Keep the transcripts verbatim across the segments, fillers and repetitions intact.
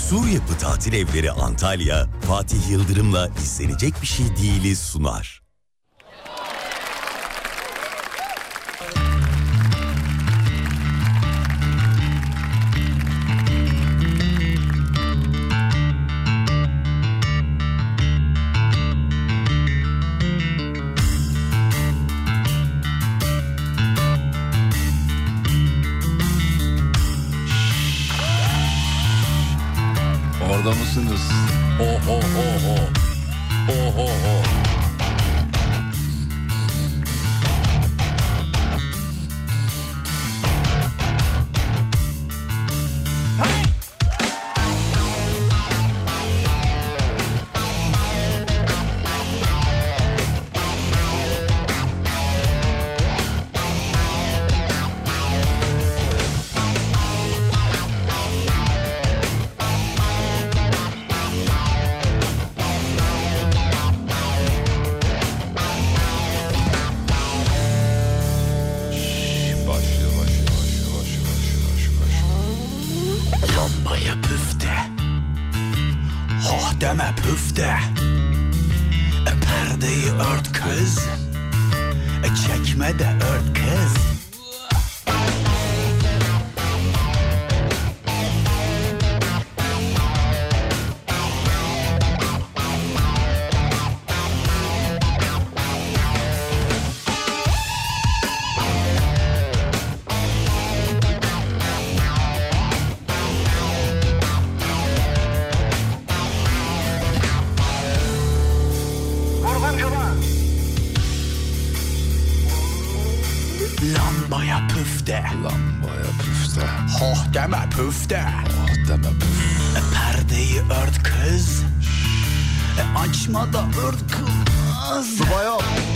Sur Yapı Tatil Evleri Antalya, Fatih Yıldırım'la izlenecek bir şey değiliz sunar. Orada mısınız? Oh oh oh oh. Oh oh oh. deme püf de. E, perdeyi ört kız, e, çekme de ört kız. Lambaya püfte, lambaya püfte, hoh deme püfte, hoh deme püf. E, perdeyi ört kız, e, açma da ört kız. Subaya.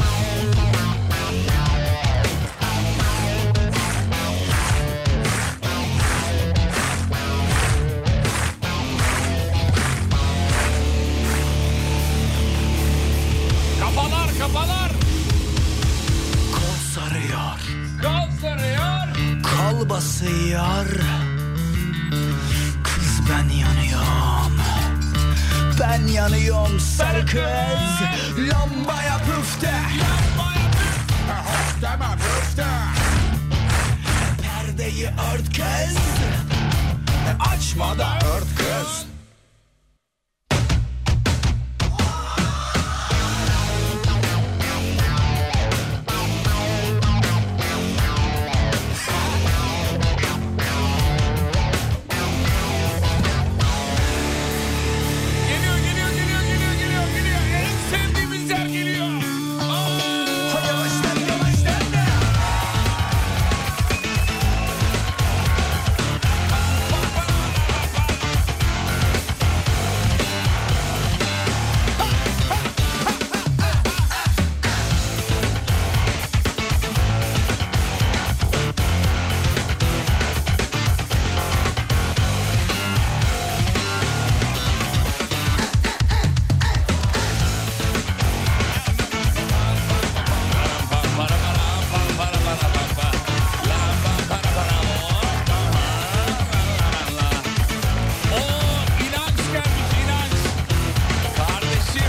Kafalar kafalar. Kol sarıyor, Kol sarıyor. kol basıyor. Kız ben yanıyorum, ben yanıyorum sarı kız. Lambaya püfte, Lambaya püfte, hoş deme püfte. Perdeyi ört kız, açma da ört kız. Geliyor geliyor geliyor geliyor geliyor geliyor. En sevdiğimiz yer geliyor. Hadi yavaştan yavaştan da. Oo, inanç gelmiş, inanç. Kardeşim.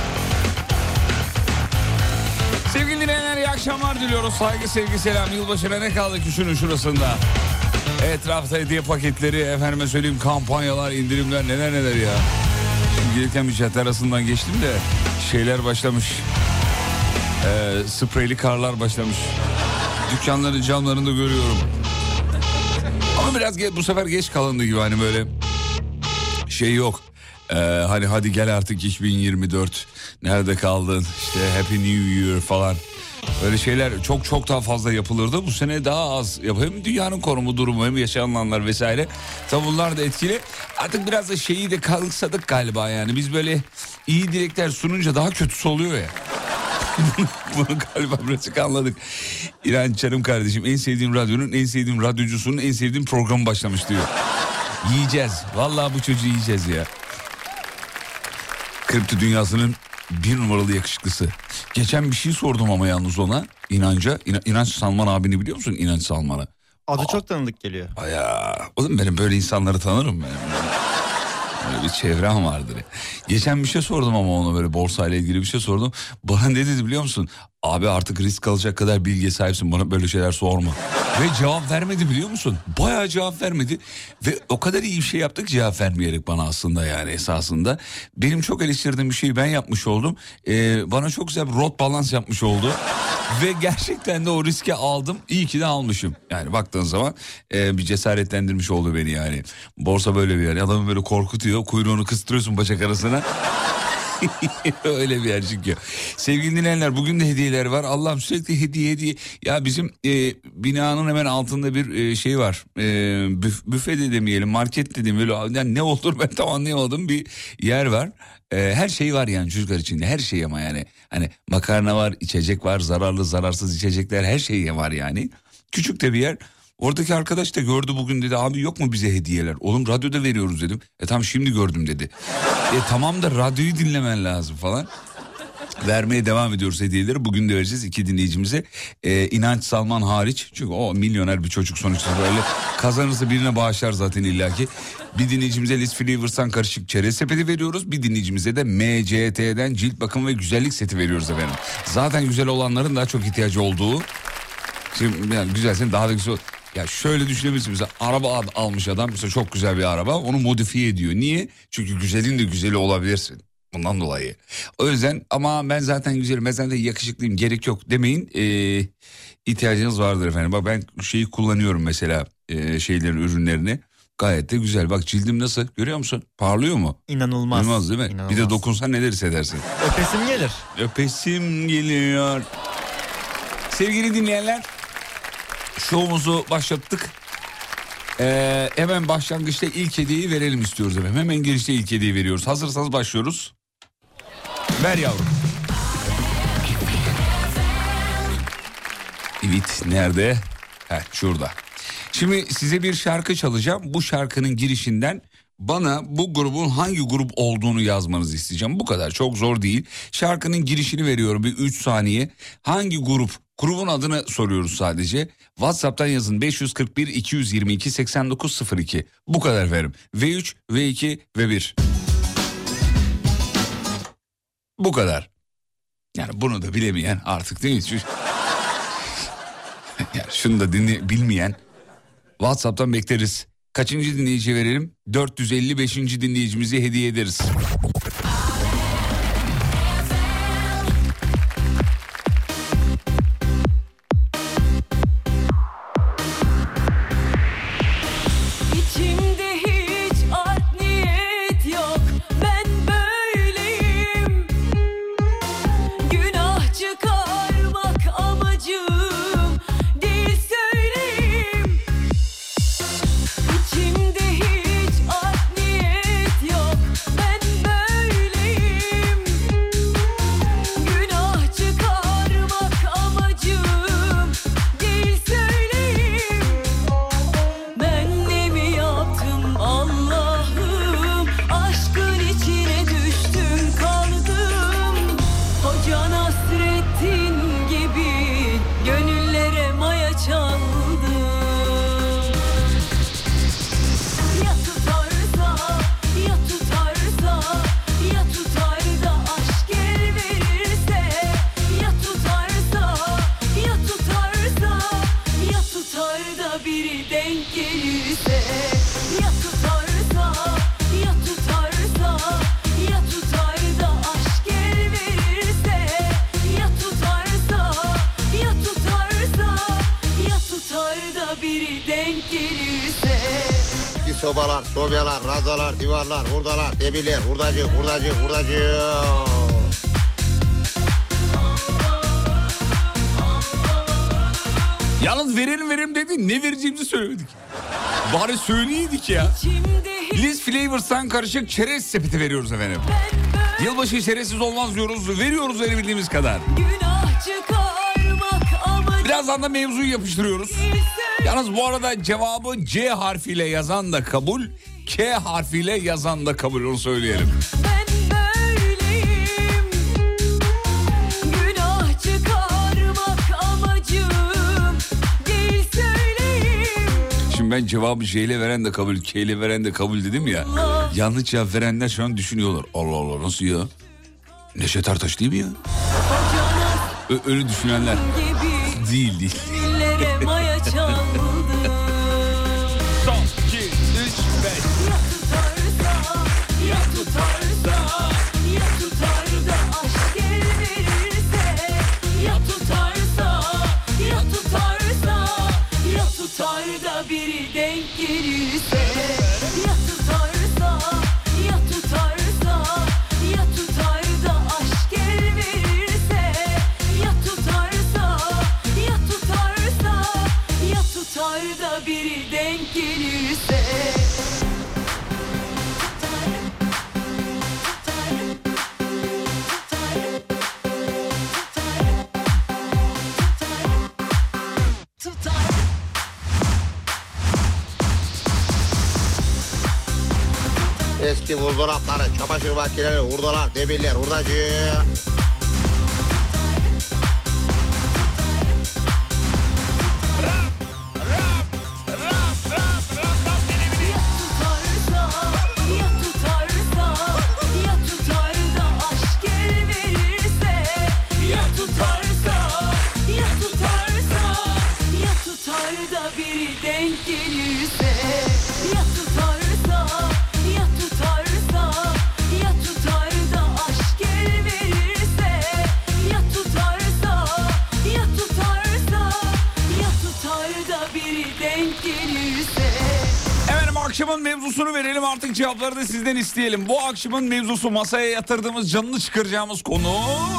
Sevgili dinleyenler, iyi akşamlar diliyoruz. Saygı, sevgi, selam. Yılbaşına ne kaldı ki şunun şurasında? Etrafta hediye paketleri, efendime söyleyeyim kampanyalar, indirimler, neler neler ya. Şimdi gelirken bir cadde arasından geçtim de şeyler başlamış. Ee, spreyli karlar başlamış. Dükkanların camlarında görüyorum. Ama biraz ge- bu sefer geç kalındı gibi, hani böyle şey yok. Ee, hani hadi gel artık iki bin yirmi dört, nerede kaldın, işte Happy New Year falan. Böyle şeyler çok çok daha fazla yapılırdı. Bu sene daha az yapıyor. Hem dünyanın konumu, durumu, hem yaşananlar vesaire. Tabi bunlar da etkili. Artık biraz da şeyi de kanıksadık galiba yani. Biz böyle iyi dilekler sununca daha kötüsü oluyor ya. Bunu galiba birazcık anladık. İran canım kardeşim, en sevdiğim radyonun, en sevdiğim radyocusunun en sevdiğim programı başlamış diyor. Yiyeceğiz. Vallahi bu çocuğu yiyeceğiz ya. Kripto dünyasının bir numaralı yakışıklısı. Geçen bir şey sordum ama yalnız ona. İnanca. İna, İnanç Salman abini biliyor musun? İnanç Salman'ı. Adı Aa. çok tanıdık geliyor. Ya, oğlum benim böyle insanları tanırım ben. bir çevrem vardır. Geçen bir şey sordum ama ona, böyle borsayla ilgili bir şey sordum. Bana ne dedi biliyor musun? Abi artık risk alacak kadar bilgiye sahipsin, bana böyle şeyler sorma. Ve cevap vermedi biliyor musun? Bayağı cevap vermedi. Ve o kadar iyi bir şey yaptık cevap vermeyerek bana aslında, yani esasında. Benim çok eleştirdiğim bir şeyi ben yapmış oldum. Ee, bana çok güzel bir rot balans yapmış oldu. Ve gerçekten de o riski aldım. İyi ki de almışım. Yani baktığın zaman e, bir cesaretlendirmiş oldu beni yani. Borsa böyle bir yer. Adamı böyle korkutuyor. Kuyruğunu kıstırıyorsun bacak arasına. Öyle bir yer çünkü. Sevgili dinleyenler, bugün de hediyeler var. Allah'ım sürekli hediye hediye. Ya bizim e, binanın hemen altında bir e, şey var. E, büf, büfe de demeyelim, market de demeyelim. Böyle, yani ne olur ben tam anlayamadım, bir yer var. E, her şey var yani çocuklar içinde. Her şey ama yani. Hani makarna var, içecek var, zararlı zararsız içecekler, her şey var yani. Küçük de bir yer. Oradaki arkadaş da gördü bugün, dedi abi yok mu bize hediyeler? Oğlum radyoda veriyoruz dedim. E tamam şimdi gördüm dedi. E tamam da radyoyu dinlemen lazım falan. Vermeye devam ediyoruz hediyeleri. Bugün de vereceğiz iki dinleyicimize. E, İnanç Salman hariç. Çünkü o milyoner bir çocuk sonuçta, böyle kazanırsa birine bağışlar zaten illaki. Bir dinleyicimize Liz Flavors'tan karışık çerez sepeti veriyoruz. Bir dinleyicimize de M C T'den cilt bakım ve güzellik seti veriyoruz efendim. Zaten güzel olanların daha çok ihtiyacı olduğu. Şimdi yani güzelsin daha da güzel. Ya şöyle düşünebilirsin, mesela araba almış adam, mesela çok güzel bir araba, onu modifiye ediyor. Niye? Çünkü güzelin de güzeli olabilirsin. Bundan dolayı. O yüzden ama ben zaten güzelim, ben zaten yakışıklıyım, gerek yok demeyin. Ee, ihtiyacınız vardır efendim. Bak ben şeyi kullanıyorum mesela, e, şeylerin ürünlerini. Gayet de güzel. Bak cildim nasıl, görüyor musun? Parlıyor mu? İnanılmaz. İnanılmaz değil mi? İnanılmaz. Bir de dokunsan neler hissedersin? Öpesim gelir. Öpesim geliyor. Sevgili dinleyenler, şovumuzu başlattık. Ee, hemen başlangıçta ilk hediyeyi verelim istiyoruz efendim. Hemen girişte ilk hediyeyi veriyoruz. Hazırsanız başlıyoruz. Ver yavrum. Evet, nerede? Heh, şurada. Şimdi size bir şarkı çalacağım. Bu şarkının girişinden bana bu grubun hangi grup olduğunu yazmanızı isteyeceğim. Bu kadar, çok zor değil. Şarkının girişini veriyorum, bir üç saniye. Hangi grup? Grubun adını soruyoruz sadece. WhatsApp'tan yazın beş yüz kırk bir iki yüz yirmi iki seksen dokuz sıfır iki. Bu kadar verim. V üç, V iki, V bir. Bu kadar. Yani bunu da bilemeyen artık değil mi? Yani şunu da dinle, bilmeyen WhatsApp'tan bekleriz. Kaçıncı dinleyici verelim? dört yüz elli beşinci dinleyicimizi hediye ederiz. Sobalar, sobyalar, razalar, divarlar, hurdalar, debiler, hurdacı, hurdacı, hurdacı. Yalnız verelim verelim dedi, ne vereceğimizi söylemedik. Bari söyleyeydik ya. Liz Flavors'tan karışık çerez sepeti veriyoruz efendim. Yılbaşı çerezsiz olmaz diyoruz, veriyoruz verebildiğimiz kadar. Birazdan da mevzuyu yapıştırıyoruz. Yalnız bu arada cevabı C harfiyle yazan da kabul, K harfiyle yazan da kabul, onu söyleyelim. ben cevabı J ile veren de kabul, K ile veren de kabul dedim ya. Yanlış cevap verenler şu an düşünüyorlar. Allah Allah nasıl ya? Neşet Ertaş değil mi ya? Ö- öyle düşünenler. Değil değil. Son, iki, üç, beş. Ya tutarsa, ya tutar da aşk el verirse. Ya tutarsa, ya tutarsa, ya tutar da biri denk gelirse. Ya tutarsa, ya tutarsa, ya tutar da aşk el verirse. Ya tutarsa, ya tutarsa, ya tutar da biri denk gelirse. Eski buzdolapları, çamaşır makineleri, hurdalar, demirler, hurdacı. Akşamın mevzusunu verelim, artık cevapları da sizden isteyelim. Bu akşamın mevzusu, masaya yatırdığımız, canını çıkaracağımız konu: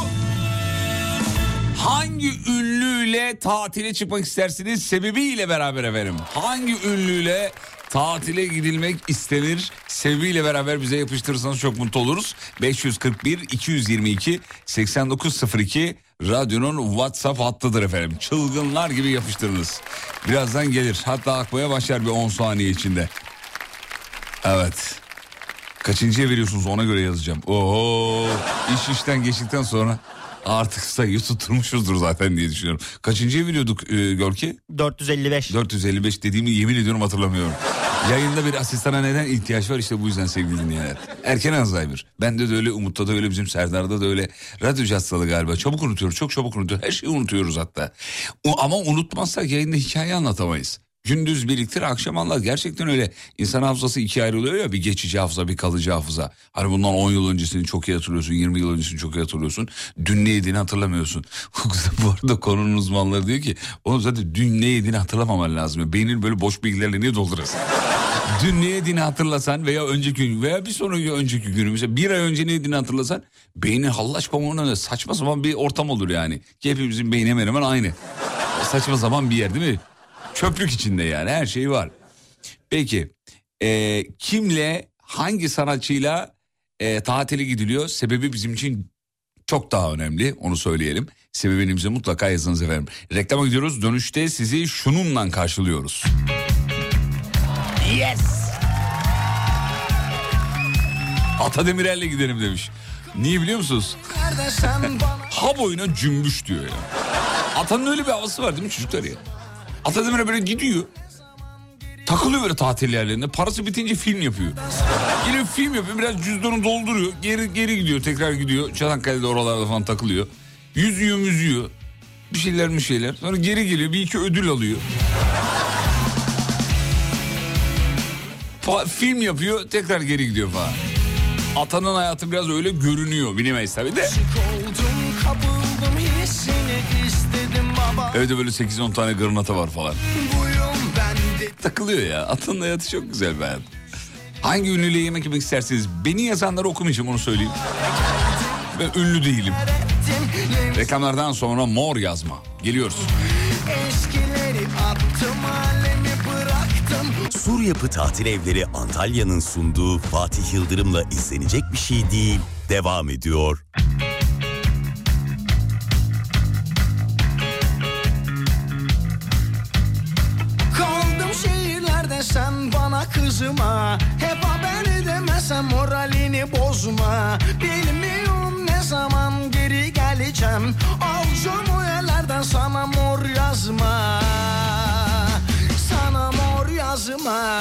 hangi ünlüyle tatile çıkmak istersiniz? Sebebiyle beraber efendim. Hangi ünlüyle tatile gidilmek istenir? Sebebiyle beraber bize yapıştırırsanız çok mutlu oluruz. beş yüz kırk bir iki yüz yirmi iki seksen dokuz sıfır iki radyonun WhatsApp hattıdır efendim. Çılgınlar gibi yapıştırınız. Birazdan gelir. Hatta akmaya başlar bir on saniye içinde. Evet. Kaçıncıya veriyorsunuz ona göre yazacağım. Oo, iş işten geçtikten sonra artık sayıyı tutturmuşuzdur zaten diye düşünüyorum. Kaçıncıya veriyorduk e, Görki? dört yüz elli beş. dört yüz elli beş dediğimi yemin ediyorum hatırlamıyorum. Yayında bir asistana neden ihtiyaç var, işte bu yüzden sevgili dinleyenler. Erken Alzheimer. Bende de öyle, Umut'ta da öyle, bizim Serdar'da da öyle. Radyocu hastalığı galiba. Çabuk unutuyoruz, çok çabuk unutuyoruz. Her şeyi unutuyoruz hatta. O, ama unutmazsak yayında hikaye anlatamayız. Gündüz biriktir, akşam anlar. Gerçekten öyle. İnsan hafızası ikiye ayrılıyor ya, bir geçici hafıza, bir kalıcı hafıza. Hani bundan on yıl öncesini çok iyi hatırlıyorsun, yirmi yıl öncesini çok iyi hatırlıyorsun. Dün ne yediğini hatırlamıyorsun. Bu arada konunun uzmanları diyor ki, oğlum zaten dün ne yediğini hatırlamaman lazım. Beynin böyle boş bilgilerle niye doldurursun? Dün ne yediğini hatırlasan veya önceki gün veya bir sonraki önceki günü, mesela bir ay önce ne yediğini hatırlasan, beynin hallaç pamuğuna saçma sapan bir ortam olur yani. Ki hepimizin beyni hemen hemen aynı. Saçma sapan bir yer değil mi? Çöplük içinde yani, her şey var. Peki e, kimle, hangi sanatçıyla e, tatile gidiliyor? Sebebi bizim için çok daha önemli, onu söyleyelim. Sebebini bize mutlaka yazınız efendim. Reklama gidiyoruz, dönüşte sizi şununla karşılıyoruz. Yes! Ata Demirer'le gidelim demiş. Niye biliyor musunuz? Ha boyuna cümbüş diyor ya. Ata'nın öyle bir havası var değil mi çocuklar ya? Ata Demirer böyle gidiyor. Takılıyor böyle tatil yerlerinde. Parası bitince film yapıyor. Geliyor film yapıyor, biraz cüzdanı dolduruyor. Geri geri gidiyor, tekrar gidiyor. Çanakkale'de oralarda falan takılıyor. Yüzüyor müzüyor. Bir şeyler mi şeyler. Sonra geri geliyor, bir iki ödül alıyor. Fa- film yapıyor, tekrar geri gidiyor falan. Atanın hayatı biraz öyle görünüyor. Bilemeyiz tabii de. Evde böyle sekiz on tane gırnata var falan. Takılıyor ya. Atanın hayatı çok güzel be. Hangi ünlüyle yemek yemek isterseniz, beni yazanları okumayacağım, onu söyleyeyim. Ben ünlü değilim. Reklamlardan sonra Mor yazma. Geliyoruz. Sur Yapı Tatil Evleri Antalya'nın sunduğu Fatih Yıldırım'la izlenecek bir şey değil devam ediyor. Kaldım şehirlerde, sen bana kızma. Hep haber demesem moralini bozma. Bilmiyorum ne zaman geri geleceğim. Alacağım o yerlerden sana mor yazma. Sana mor yazma. kızıma.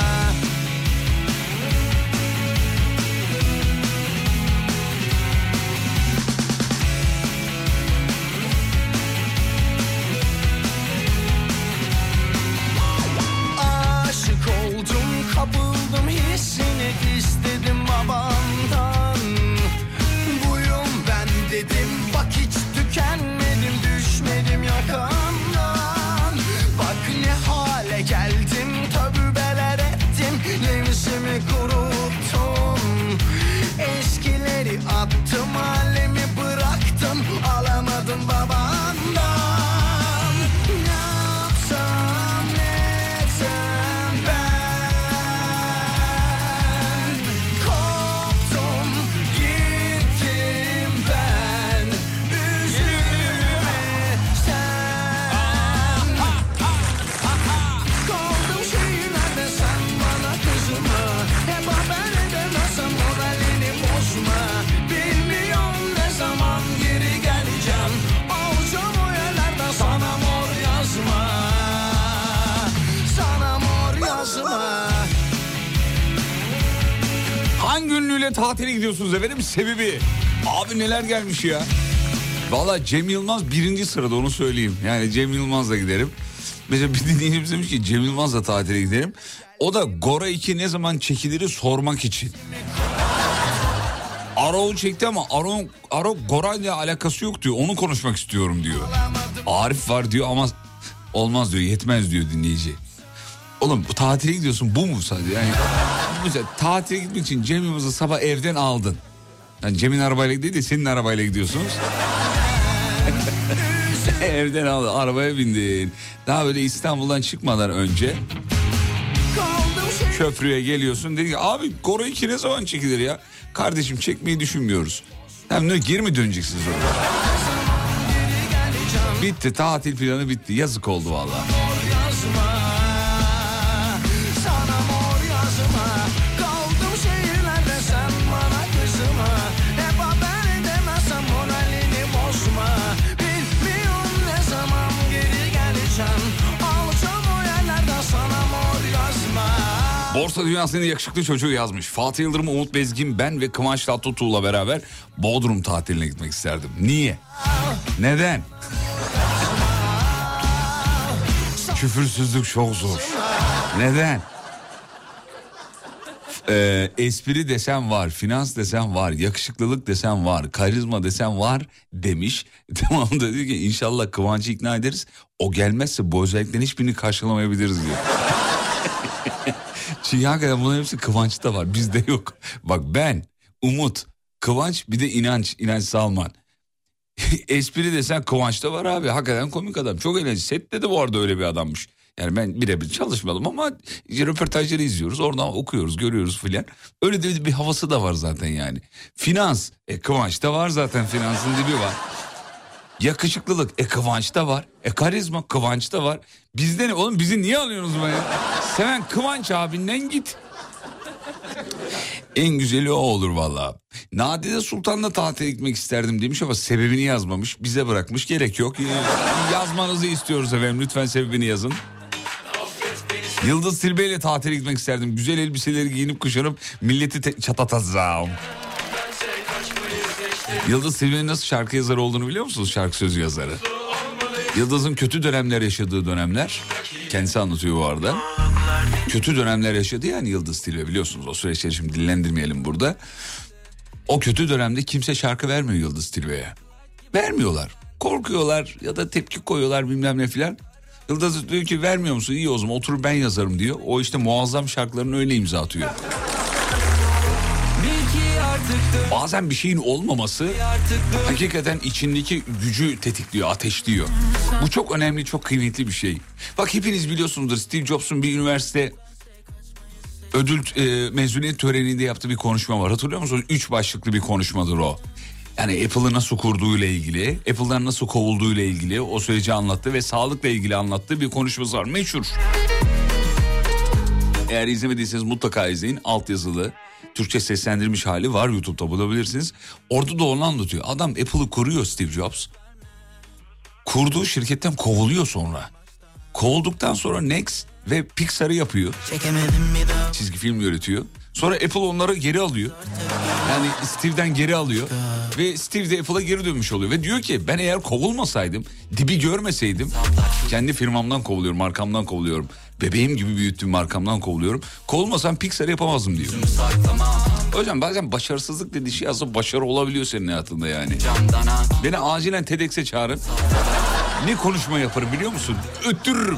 Aşık oldum, kapıldım hissine, istedim babamdan. Buyum ben dedim, bak hiç tükenmedim, düşmedim yakamdan. Bak ne hale geldim, tövbeler ettim, nefsimi kuruttum. Eskileri attım, halimi bıraktım, alamadım babamdan. Ne yapsam ne etsem ben, koptum gittim ben, üzülme sen. Kaldım şehirlerde sen bana kızma, hep haber edemezsem moralini bozma. Bilmiyorum ne zaman geri geleceğim, alacağım o yerlerden sana mor yazma, sana mor yazma. Hangi ünlüyle tatile gidiyorsunuz efendim? Sebebi. Abi neler gelmiş ya. Valla Cem Yılmaz birinci sırada, onu söyleyeyim. Yani Cem Yılmaz'la giderim. Mesela bir dinleyicimiz demiş ki Cem Yılmaz'la tatile giderim. O da Gora iki ne zaman çekiliri sormak için. Arok'u çekti ama Arok, Arok Gora'yla alakası yok diyor. Onu konuşmak istiyorum diyor. Arif var diyor ama olmaz diyor, yetmez diyor dinleyici. Oğlum bu tatile gidiyorsun, bu mu sadece? Yani mesela tatile gitmek için Cem Yılmaz'ı sabah evden aldın. Yani Cem'in arabayla değil de senin arabayla gidiyorsunuz. Evden aldın, arabaya bindin. Daha böyle İstanbul'dan çıkmadan önce köprüye geliyorsun. Dedi ki abi Gora iki ne zaman çekilir ya? Kardeşim çekmeyi düşünmüyoruz. Hem ne geri mi döneceksiniz orada? Bitti, tatil planı bitti. Yazık oldu vallahi. Sana mor yazma, kaldım şehirlerde sen bana kızma. Hep haber edemezsem moralini bozma. Bilmiyorum ne zaman geri geleceğim, alacağım o yerlerden sana mor yazma. Borsa Dünyası'nın yakışıklı çocuğu yazmış. Fatih Yıldırım, Umut Bezgin, ben ve Kıvanç Tatlıtuğ'la beraber Bodrum tatiline gitmek isterdim. Niye? Neden? Küfürsüzlük çok zor. Neden? Ee, espri desem var, finans desem var, yakışıklılık desem var, karizma desem var demiş. Tamam da diyor ki inşallah Kıvanç'ı ikna ederiz. O gelmezse bu özelliklerin hiçbirini karşılamayabiliriz diyor. Çünkü hakikaten bunların hepsi Kıvanç'ta var, bizde yok. Bak ben, Umut, Kıvanç, bir de İnanç, İnanç Salman. Espri desen Kıvanç'ta var abi, hakikaten komik adam, çok eğlenceli. Sette de bu arada öyle bir adammış. Yani ben birebir çalışmadım ama röportajları izliyoruz, oradan okuyoruz, görüyoruz filan. Öyle de bir havası da var zaten yani. Finans, e Kıvanç'ta var zaten, finansın dibi var. Yakışıklılık, e Kıvanç'ta var. E karizma, Kıvanç'ta var. Bizde ne oğlum, bizi niye alıyorsunuz be ya? Seven Kıvanç abinden git. En güzeli o olur vallahi. Nadide Sultan'la tatile gitmek isterdim demiş ama sebebini yazmamış. Bize bırakmış, gerek yok. Yazmanızı istiyoruz efendim, lütfen sebebini yazın. Yıldız Tilbe ile tatile gitmek isterdim. Güzel elbiseleri giyinip kuşanıp milleti te- çatatacağım. Yıldız Tilbe'nin nasıl şarkı yazarı olduğunu biliyor musunuz? Şarkı sözü yazarı. Yıldız'ın kötü dönemler yaşadığı dönemler. Kendisi anlatıyor bu arada. Kötü dönemler yaşadı yani Yıldız Tilbe, biliyorsunuz. O süreçleri şimdi dillendirmeyelim burada. O kötü dönemde kimse şarkı vermiyor Yıldız Tilbe'ye. Vermiyorlar. Korkuyorlar ya da tepki koyuyorlar bilmem ne filan. Yıldız diyor ki vermiyor musun? İyi o zaman oturur ben yazarım diyor. O işte muazzam şarkılarını öyle imza atıyor. Bazen bir şeyin olmaması hakikaten içindeki gücü tetikliyor, ateşliyor. Bu çok önemli, çok kıymetli bir şey. Bak hepiniz biliyorsunuzdur, Steve Jobs'un bir üniversite ödül e, mezuniyet töreninde yaptığı bir konuşma var. Hatırlıyor musunuz? Üç başlıklı bir konuşmadır o. Yani Apple'ı nasıl kurduğuyla ilgili, Apple'dan nasıl kovulduğuyla ilgili o süreci anlattı ve sağlıkla ilgili anlattığı bir konuşması var. Meşhur. Eğer izlemediyseniz mutlaka izleyin. Altyazılı, Türkçe seslendirilmiş hali var, YouTube'da bulabilirsiniz. Orada da onu anlatıyor. Adam Apple'ı kuruyor Steve Jobs. Kurduğu şirketten kovuluyor sonra. Kovulduktan sonra Next ve Pixar'ı yapıyor. Çizgi film yönetiyor. Sonra Apple onları geri alıyor. Yani Steve'den geri alıyor. Ve Steve de Apple'a geri dönmüş oluyor. Ve diyor ki ben eğer kovulmasaydım, dibi görmeseydim, kendi firmamdan kovuluyorum, markamdan kovuluyorum. Bebeğim gibi büyüttüğüm markamdan kovuluyorum. Kovulmasam Pixar yapamazdım diyor. Hocam bazen başarısızlık dediği şey aslında başarı olabiliyor senin hayatında yani. Beni acilen TEDx'e çağırın. Ne konuşma yaparım biliyor musun? Öttürürüm.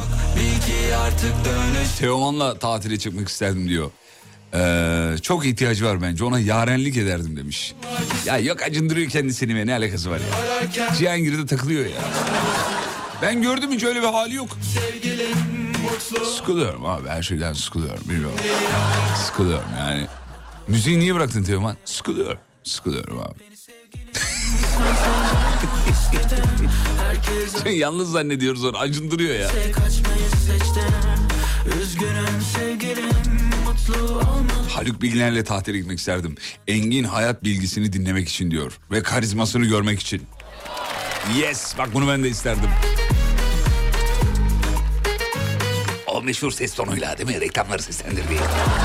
Teoman'la tatile çıkmak isterdim diyor. Ee, çok ihtiyacı var bence, ona yarenlik ederdim demiş. Ya yok, acındırıyor kendisini ve ne alakası var ya. Cihangir'de takılıyor ya. Ben gördüm, hiç öyle bir hali yok. Sıkılıyorum abi, her şeyden sıkılıyorum, bilmiyorum. Sıkılıyorum yani. Müziği niye bıraktın Teoman? Sıkılıyorum. Sıkılıyorum abi. Yalnız zannediyoruz onu, acındırıyor ya. Haluk Bilginer'le tatile gitmek isterdim. Engin hayat bilgisini dinlemek için diyor. Ve karizmasını görmek için. Yes, bak bunu ben de isterdim. O meşhur ses tonuyla değil mi? Reklamları seslendirdiği.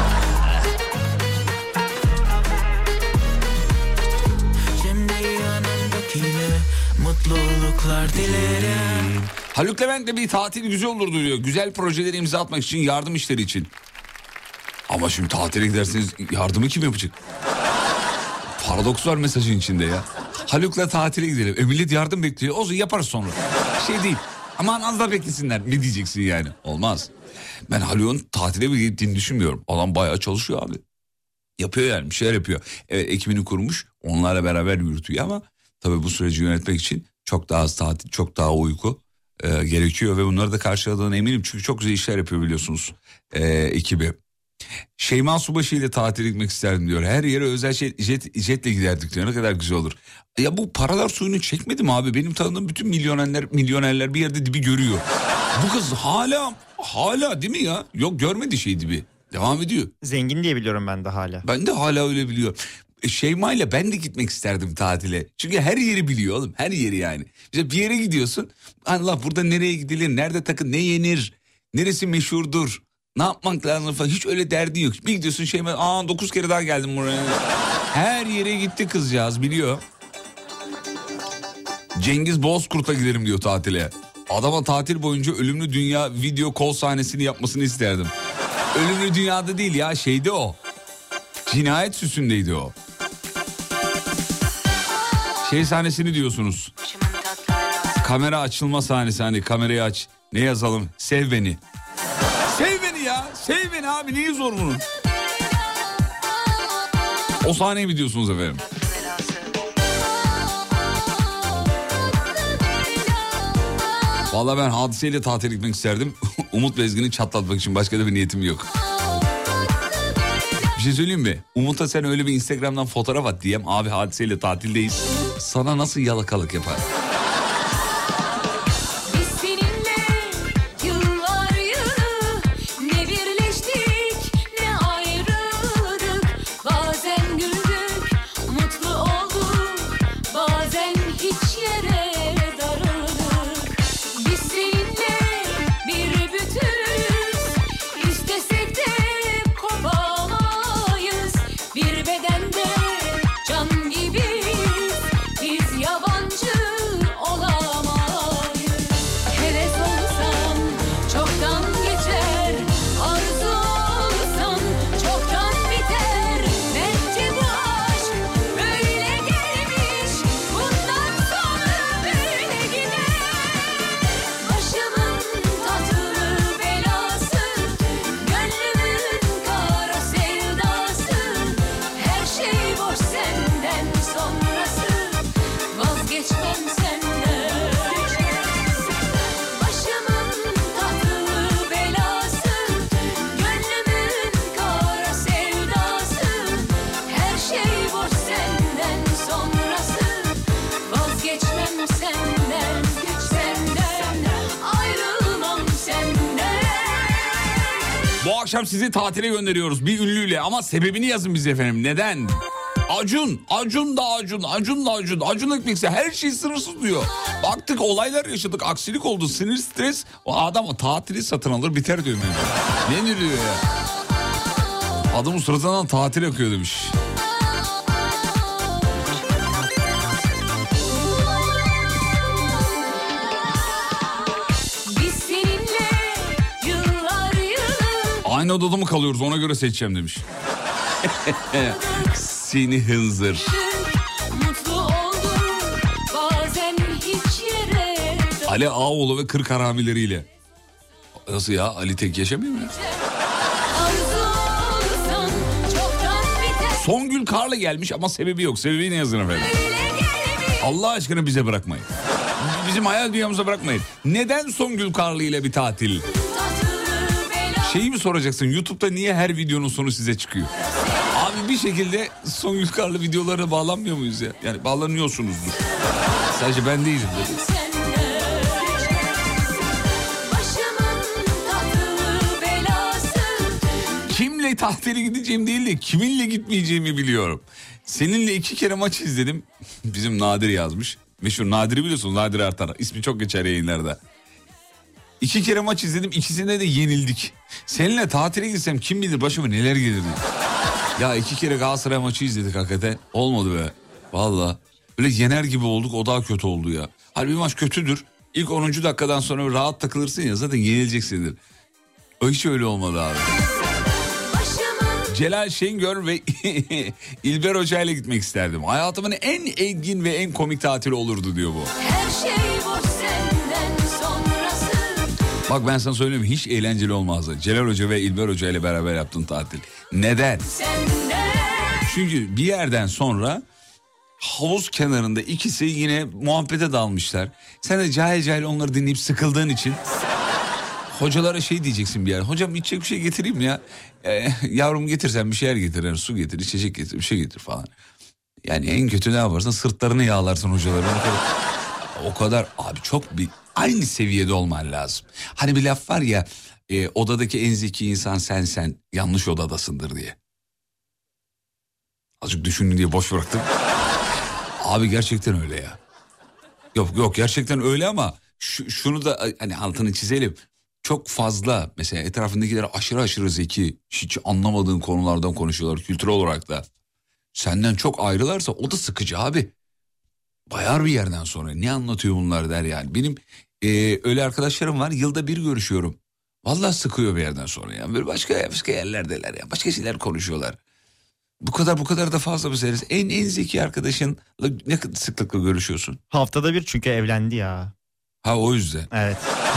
Mutluluklar dilerim. Haluk Levent'le bir tatil güzel olurdu diyor. Güzel projeleri imza atmak için, yardım işleri için. Ama şimdi tatile giderseniz yardımı kim yapacak? Paradoks var mesajın içinde ya. Haluk'la tatile gidelim. E millet yardım bekliyor. O zaman yaparız sonra. Şey değil. Aman az da beklesinler. Ne diyeceksin yani? Olmaz. Ben Haluk'un tatile bir gittiğini düşünmüyorum. Adam bayağı çalışıyor abi. Yapıyor yani, bir şeyler yapıyor. Evet, ekibini kurmuş. Onlarla beraber yürütüyor ama tabii bu süreci yönetmek için çok daha az tatil, çok daha uyku e, gerekiyor ve bunları da karşıladığına eminim. Çünkü çok güzel işler yapıyor biliyorsunuz e, ekibi. Şeyma Subaşı ile tatile gitmek isterdim diyor. Her yere özel jet, jet, jetle giderdik diyor. Ne kadar güzel olur. Ya bu paralar suyunu çekmedi mi abi? Benim tanıdığım bütün milyonerler, milyonerler bir yerde dibi görüyor. Bu kız hala, hala değil mi ya? Yok, görmedi şey dibi. Devam ediyor. Zengin diye biliyorum ben de hala. Ben de hala öyle biliyorum. Şeyma ile ben de gitmek isterdim tatile. Çünkü her yeri biliyor oğlum. Her yeri yani. İşte bir yere gidiyorsun. Allah, burada nereye gidilir? Nerede takın? Ne yenir? Neresi meşhurdur? Ne yapmak lazım falan. Hiç öyle derdin yok. Bir gidiyorsun Şeyma. Aa, dokuz kere daha geldim buraya. Her yere gitti kızcağız, biliyor. Cengiz Bozkurt'a giderim diyor tatile. Adama tatil boyunca Ölümlü Dünya video call sahnesini yapmasını isterdim. Ölümlü Dünya'da değil ya, şeyde o. Cinayet Süsü'ndeydi o. Şey sahnesini diyorsunuz. Kamera açılma sahnesi, hani kamerayı aç. Ne yazalım? Sev beni. Sev beni ya. Sev beni abi. Neyi zor bunun? O sahneyi mi diyorsunuz efendim? Vallahi ben Hadise'yle tatil gitmek isterdim. Umut Bezgin'i çatlatmak için, başka da bir niyetim yok. Bir şey söyleyeyim mi? Umut'a sen öyle bir Instagram'dan fotoğraf at diyeyim. Abi Hadise'yle tatildeyiz. Sana nasıl yalakalık yapar? Bu akşam sizi tatile gönderiyoruz bir ünlüyle, ama sebebini yazın bize efendim. Neden? Acun, Acun da Acun, Acun da Acun, Acun ekmekse her şey sınırsız diyor. Baktık olaylar yaşadık, aksilik oldu, sinir stres. O adam o tatili satın alır biter diyor. Ne diyor ya? Adamın suratından tatil akıyor demiş. Aynı odada mı kalıyoruz ona göre seçeceğim demiş. Seni hınzır. Ali Ağoğlu ve Kırk Haramileriyle. Nasıl ya? Ali tek yaşamıyor mu ya? Songül Karlı gelmiş ama sebebi yok. Sebebi ne yazın efendim? Allah aşkına bize bırakmayın. Bizim hayal dünyamıza bırakmayın. Neden Songül Karlı ile bir tatil? Şeyi mi soracaksın? YouTube'da niye her videonun sonu size çıkıyor? Abi bir şekilde Songül Karlı videolarına bağlanmıyor muyuz ya? Yani bağlanıyorsunuzdur. Sadece ben değilim dedi. Kimle tatile gideceğim değil de kiminle gitmeyeceğimi biliyorum. Seninle iki kere maç izledim. Bizim Nadir yazmış. Meşhur Nadir'i biliyorsun, Nadir Artar. İsmi çok geçer yayınlarda. İki kere maç izledim, ikisinde de yenildik. Seninle tatile gitsem kim bilir başıma neler gelirdi. Ya iki kere Galatasaray maçı izledik hakikaten. Olmadı be. Valla. Böyle yener gibi olduk, o daha kötü oldu ya. Halbuki maç kötüdür. İlk onuncu dakikadan sonra rahat takılırsın ya, zaten yenileceksindir. O hiç öyle olmadı abi. Celal Şengör ve İlber Hoca ile gitmek isterdim. Hayatımın en engin ve en komik tatili olurdu diyor bu. Her şey boş senden sonrası. Bak ben sana söyleyeyim, hiç eğlenceli olmazdı. Celal Hoca ve İlber Hoca ile beraber yaptığın tatil. Neden? Senden. Çünkü bir yerden sonra havuz kenarında ikisi yine muhabbete dalmışlar. Sen de cahil cahil onları dinleyip sıkıldığın için hocalara şey diyeceksin bir yer. Hocam içecek bir şey getireyim mi ya? Ee, yavrum getirsen bir şeyler getir. Yani su getir, içecek getir, bir şey getir falan. Yani en kötü ne yaparsın? Sırtlarını yağlarsın hocaların. O kadar, o kadar abi çok bir aynı seviyede olman lazım. Hani bir laf var ya, e, odadaki en zeki insan sen sen yanlış odadasındır diye. Azıcık düşünün diye boş bıraktım. Abi gerçekten öyle ya. Yok yok gerçekten öyle ama şu, şunu da hani altını çizelim. Çok fazla mesela etrafındakiler aşırı aşırı zeki, hiç anlamadığın konulardan konuşuyorlar kültürel olarak da. Senden çok ayrılarsa o da sıkıcı abi. Bayar bir yerden sonra ne anlatıyor bunlar der yani. Benim e, öyle arkadaşlarım var, yılda bir görüşüyorum. Vallahi sıkıyor bir yerden sonra yani. Böyle başka, başka yerlerdeler ya, başka şeyler konuşuyorlar. Bu kadar bu kadar da fazla meselesi. En en zeki arkadaşınla ne sıklıkla görüşüyorsun? Haftada bir, çünkü evlendi ya. Ha o yüzden. Evet.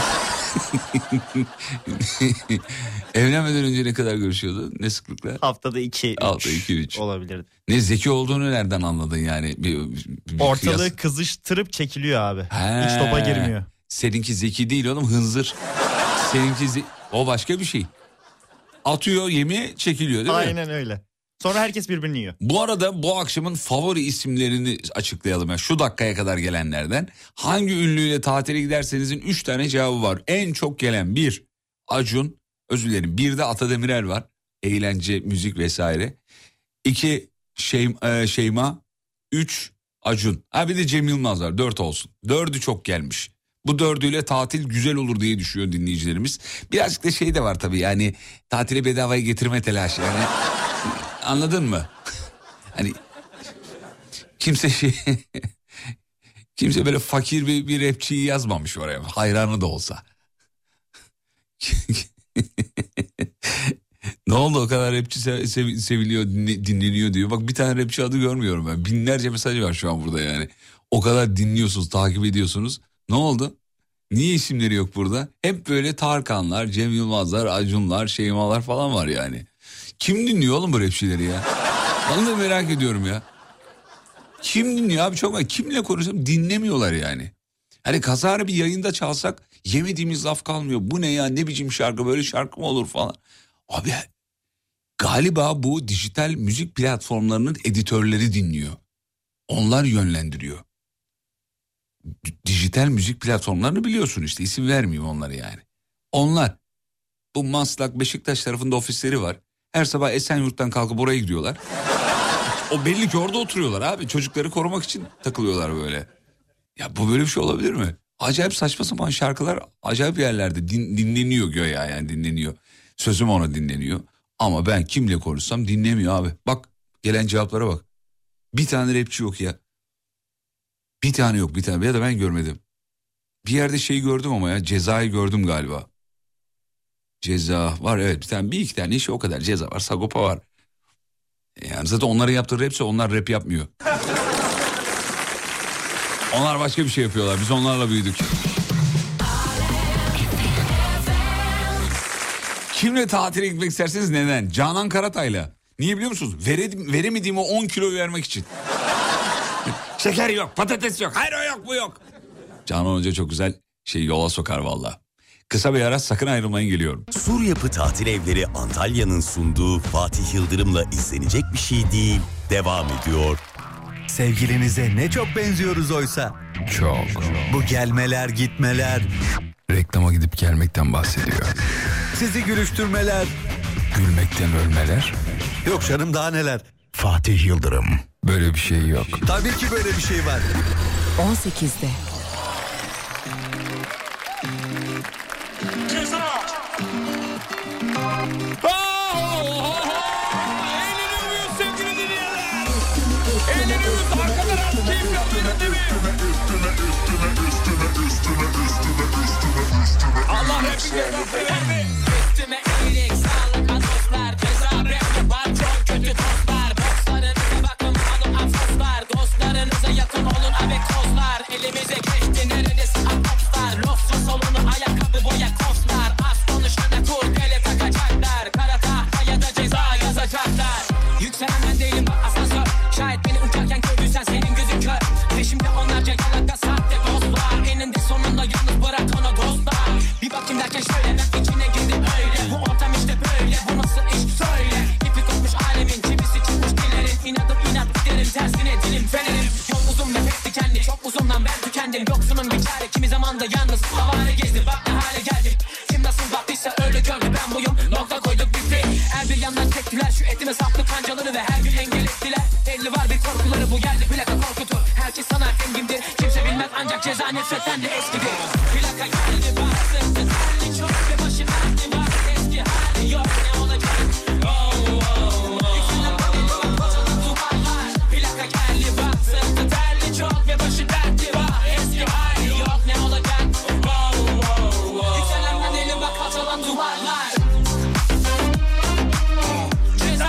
Evlenmeden önce ne kadar görüşüyordu? Ne sıklıkla? Haftada iki, üç. Haftada iki, üç. Olabilirdi. Ne zeki olduğunu nereden anladın yani? Bir, bir Ortalığı kıyas... kızıştırıp çekiliyor abi. He. Hiç topa girmiyor. Seninki zeki değil oğlum, hınzır. Seninki ze... o başka bir şey. Atıyor yemeğe, çekiliyor değil mi? Aynen öyle. Sonra herkes birbirini yiyor. Bu arada bu akşamın favori isimlerini açıklayalım. Yani şu dakikaya kadar gelenlerden. Hangi ünlüyle tatile gidersenizin üç tane cevabı var. En çok gelen bir Acun, özür dilerim. Bir de Ata Demirer var. Eğlence, müzik vesaire. İki Şeyma, e, Şeyma. Üç Acun. Ha bir de Cem Yılmaz var. Dört olsun. Dördü çok gelmiş. Bu dördüyle tatil güzel olur diye düşünüyor dinleyicilerimiz. Birazcık da şey de var tabii, yani tatile bedavaya getirme telaşı yani. Anladın mı? Hani kimse şey kimse böyle fakir bir, bir rapçiyi yazmamış oraya, hayranı da olsa. Ne oldu o kadar rapçi sev, sev, seviliyor, dinleniyor diyor. Bak bir tane rapçi adı görmüyorum ben. Binlerce mesaj var şu an burada yani. O kadar dinliyorsunuz, takip ediyorsunuz. Ne oldu? Niye isimleri yok burada? Hep böyle Tarkanlar, Cem Yılmazlar, Acunlar, Şeymalar falan var yani. Kim dinliyor oğlum bu rapçileri ya? Ben de merak ediyorum ya. Kim dinliyor abi, çok var. Kimle konuşsam dinlemiyorlar yani. Hani kazara bir yayında çalsak yemediğimiz laf kalmıyor. Bu ne ya, ne biçim şarkı, böyle şarkı mı olur falan. Abi galiba bu dijital müzik platformlarının editörleri dinliyor. Onlar yönlendiriyor. D- dijital müzik platformlarını biliyorsun işte, isim vermeyeyim onları yani. Onlar bu Maslak, Beşiktaş tarafında ofisleri var. Her sabah Esenyurt'tan kalkıp oraya gidiyorlar. O belli ki orada oturuyorlar abi. Çocukları korumak için takılıyorlar böyle. Ya bu böyle bir şey olabilir mi? Acayip saçma sapan şarkılar acayip yerlerde din, dinleniyor göya yani dinleniyor. Sözüm ona dinleniyor. Ama ben kimle konuşsam dinlemiyor abi. Bak gelen cevaplara bak. Bir tane rapçi yok ya. Bir tane yok bir tane ya da ben görmedim. Bir yerde şeyi gördüm ama ya Ceza'yı gördüm galiba. Ceza var evet bir tane bir iki tane işi o kadar. Ceza var, Sagopa var. Yani zaten onların yaptığı rapse onlar rap yapmıyor. Onlar başka bir şey yapıyorlar. Biz onlarla büyüdük. Kimle tatile gitmek isterseniz neden? Canan Karatay'la. Niye biliyor musunuz? Vere, veremediğim o on kilo vermek için. Şeker yok, patates yok, hayır o yok bu yok. Canan Hoca çok güzel şey yola sokar valla. Kısa bir ara sakın ayrılmayın geliyorum. Sur Yapı Tatil Evleri Antalya'nın sunduğu Fatih Yıldırım'la izlenecek bir şey değil. Devam ediyor. Sevgilinize ne çok benziyoruz oysa. Çok. Bu gelmeler gitmeler, Reklama gidip gelmekten bahsediyor. sizi gülüştürmeler. Gülmekten ölmeler. Yok canım daha neler. Fatih Yıldırım. Böyle bir şey yok. Tabii ki böyle bir şey var. on sekizde. Eğleniyoruz sevgili dinleyenler. Eğleniyoruz arkadan az keyif yapıyoruz değil mi? Allah hepinize nasip versin. Üstüme iyilik, sağlık, dostlar. Ceza rap var, çok kötü dostlar. Dostlarınıza bakın, alın afoslar. Dostlarınıza yakın olun, avec tozlar. Elimize geçti, neredesin apopslar? Lofsun solunu, ayakkabı, boya koslar. Az konuşana kurdele takacaklar. Kara tahta ya da ceza yazacaklar. Yükselen ben değilim bak asansör. Şayet beni uçarken gördüysen senin gözün kör. Peşimde onlarca yalaka sahte dostlar. Eninde sonunda yalnız bırak ona dostlar. Bir bakayım derken şöyle ben içine girdim öyle. Bu ortam işte böyle, bu nasıl iş söyle. İpi kopmuş alemin, çivisi çıkmış dilerin. İnadım inat giderim, tersine dilim fenerim. Yol uzun ve pek dikenli, çok uzundan ben tükendim. Yoksunun bir çare, kimi zaman da yalnız havale gezdim. Bak ne hale geldim. Kim nasıl baktıysa öyle gördü, ben buyum. Nokta koyduk bitti. Her bir yandan çektiler şu etime saplı kancaları ve her gün engel ettiler. Belli var bir korkuları, bu geldi plaka korkutur. Herkes sana engimdir, kimse bilmez ancak ceza nefretten de eskidir. Plaka geldi bastırdı, terli çok ve başı verdi var. Eski hali yok, ne olacak? Oh, oh, oh. Yükselen bana kocaman duvarlar. Plaka geldi bastırdı, terli çok ve başı derdi var. Eski hali yok, ne olacak? Oh, oh, oh. Yükselen ben elim bak kocaman duvarlar. Ceza.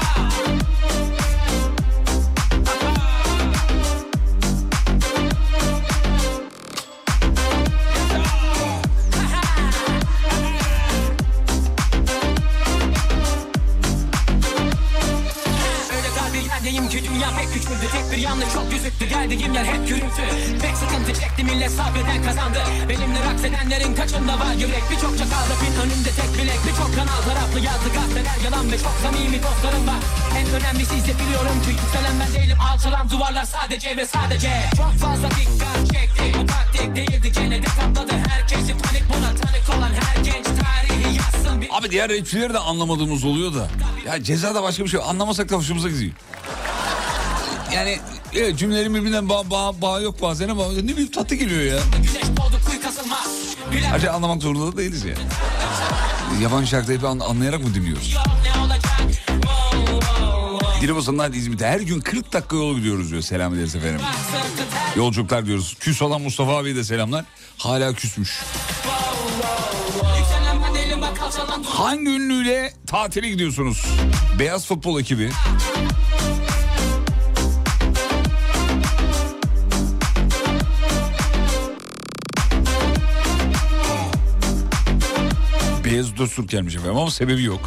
Öyle dar bir yerdeyim ki dünya pek küçüldü. Tek bir yanlış çok gözüktü, geldiğim yer hep gürültü. Pek sıkıntı çekti, millet sabreden kazandı. Benimle raks edenlerin kaçında var yürek. Birçok çakal rapin önünde tek bilek. Birçok kanal taraflı yazdı gazeteler yalan ve çok samimi dostlarım var. En önemlisi ise biliyorum ki yükselen ben değilim, alçalan duvarlar sadece ve sadece. Çok fazla dikkat çekti, bu taktik değildi, gene de kapladı herkesi. Panik buna tanık olan her genç tarihi yazsın bir... Abi diğer rapçileri de anlamadığımız oluyor da. Ya Ceza da başka bir şey. Anlamasak da hoşumuza gidiyor. Yani evet, cümlelerin birbirinden bağ, bağ, bağ yok bazen ama ne bileyim tatlı geliyor ya. Güneş doğdu kuyu kasılmaz. Her şey anlamak zorunda da değiliz yani. Yabancı şarkıyı hep an, anlayarak mı dinliyoruz? Ne olacak? Dilovası'ndan İzmit'e her gün kırk dakika yol gidiyoruz diyor. Selam ederiz efendim. Yolculuklar diyoruz. Küs olan Mustafa abiye de selamlar. Hala küsmüş. Hangi ünlüyle tatile gidiyorsunuz? Beyaz Futbol ekibi. Beyaz Öztürk gelmiş efendim ama sebebi yok.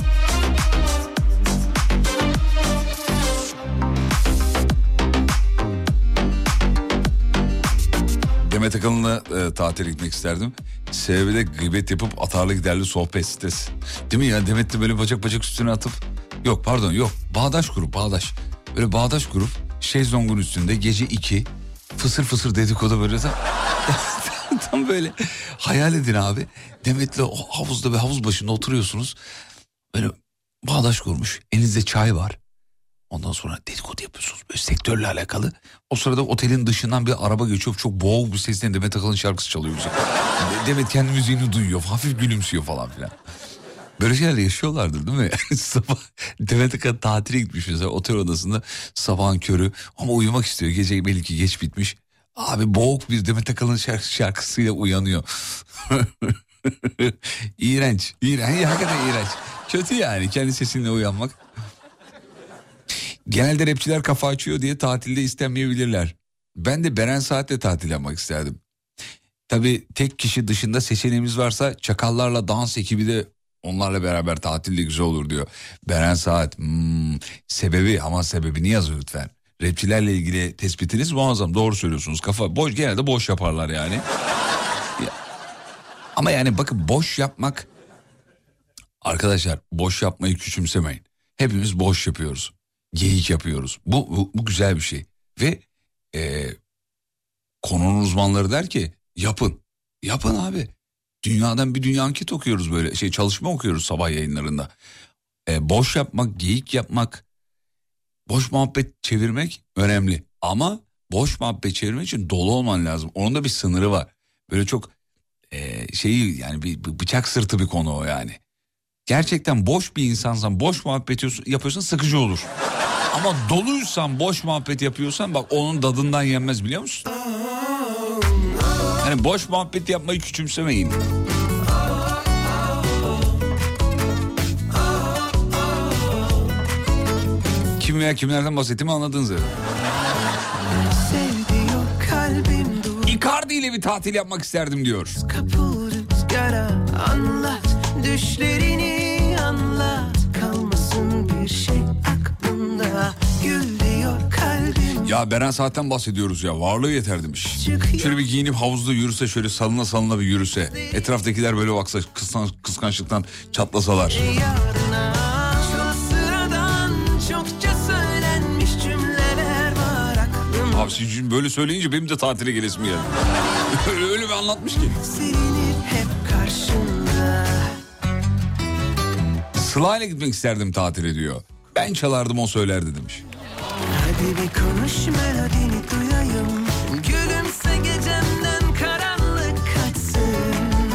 Demet Akalın'la e, tatile gitmek isterdim. Sebebi de gıybet yapıp atarlı giderli sohbet sitesi. Değil mi ya, Demet'le böyle bacak bacak üstüne atıp... Yok pardon yok, Bağdaş grup Bağdaş. Böyle Bağdaş grup şezlongun üstünde gece iki fısır fısır dedikodu böyle tam, tam böyle hayal edin abi. Demet'le o havuzda ve havuz başında oturuyorsunuz. Böyle Bağdaş kurmuş, elinizde çay var. Ondan sonra dedikodu yapıyorsunuz böyle sektörle alakalı. O sırada otelin dışından bir araba geçiyor. Çok boğuk bir sesle Demet Akalın şarkısı çalıyor bize. Demet kendi müziğini duyuyor. Hafif gülümsüyor falan filan. Böyle şeyler yaşıyorlardır değil mi? Sabah Demet Akalın tatile gitmiş mesela otel odasında sabahın körü. Ama uyumak istiyor. Gece belki geç bitmiş. Abi boğuk bir Demet Akalın şarkı, şarkısıyla uyanıyor. İğrenç. İğrenç. Hakikaten iğrenç. Kötü yani kendi sesinle uyanmak. Genelde rapçiler kafa açıyor diye tatilde istenmeyebilirler. Ben de Beren Saat'le tatil yapmak isterdim. Tabii tek kişi dışında seçeneğimiz varsa Çakallarla dans ekibi de onlarla beraber tatilde güzel olur diyor. Beren Saat hmm, sebebi ama sebebini yazın lütfen. Rapçilerle ilgili tespitiniz muazzam, doğru söylüyorsunuz. Kafa boş, genelde boş yaparlar yani. Ya. Ama yani bakın boş yapmak, arkadaşlar boş yapmayı küçümsemeyin. Hepimiz boş yapıyoruz. Geyik yapıyoruz. Bu, bu, bu güzel bir şey. Ve e, konunun uzmanları der ki yapın. Yapın abi. Dünyadan bir dünya anket okuyoruz böyle. Şey çalışma okuyoruz sabah yayınlarında. E, boş yapmak, geyik yapmak, boş muhabbet çevirmek önemli. Ama boş muhabbet çevirmek için dolu olman lazım. Onun da bir sınırı var. Böyle çok e, şeyi yani bir, bir bıçak sırtı bir konu o yani. Gerçekten boş bir insansan, boş muhabbet yapıyorsan sıkıcı olur. Ama doluysan, boş muhabbet yapıyorsan bak onun tadından yenmez, biliyor musun? Yani boş muhabbet yapmayı küçümsemeyin. Kim veya kimlerden bahsettiğimi anladınız herhalde. Icardi ile bir tatil yapmak isterdim diyor. Kapıl rüzgara anlat, düşlerini anlat, kalmasın bir şey aklında, gül diyor kalbim. Ya Beren Saat'ten bahsediyoruz ya, varlığı yeter demiş. Şöyle bir giyinip havuzda yürüse, şöyle salına salına bir yürüse, etraftakiler böyle baksa kıskan, kıskançlıktan çatlasalar. Yarına çok sıradan çokça söylenmiş cümleler var aklımda. Abi siz böyle söyleyince benim de tatile gelesim geldi. öyle, öyle bir anlatmış ki. Silinir hep karşımda. Sıla ile gitmek isterdim tatile diyor. Ben çalardım o söylerdi demiş. Hadi bir konuş, melodini duyayım. Gülümse gecemden karanlık kaçsın.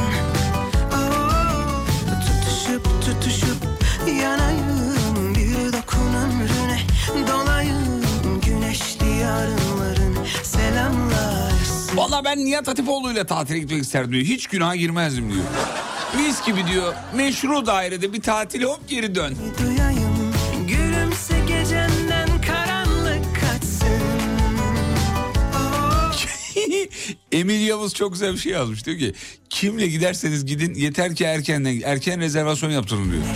Oh, tutuşup tutuşup yanayım, bir dokun ömrüne dolayım. Güneşli yarınların selamlarsın. Valla ben Nihat Hatipoğlu ile tatile gitmek isterdim diyor. Hiç günaha girmezdim diyor. Mis gibi diyor. Meşru dairede bir tatil, hop geri dön. Duyayım, gülümse gecemden karanlık kaçsın. Oh. Emil Yavuz çok güzel bir şey yazmış. Diyor ki kimle giderseniz gidin yeter ki erkenden erken rezervasyon yaptırın diyor.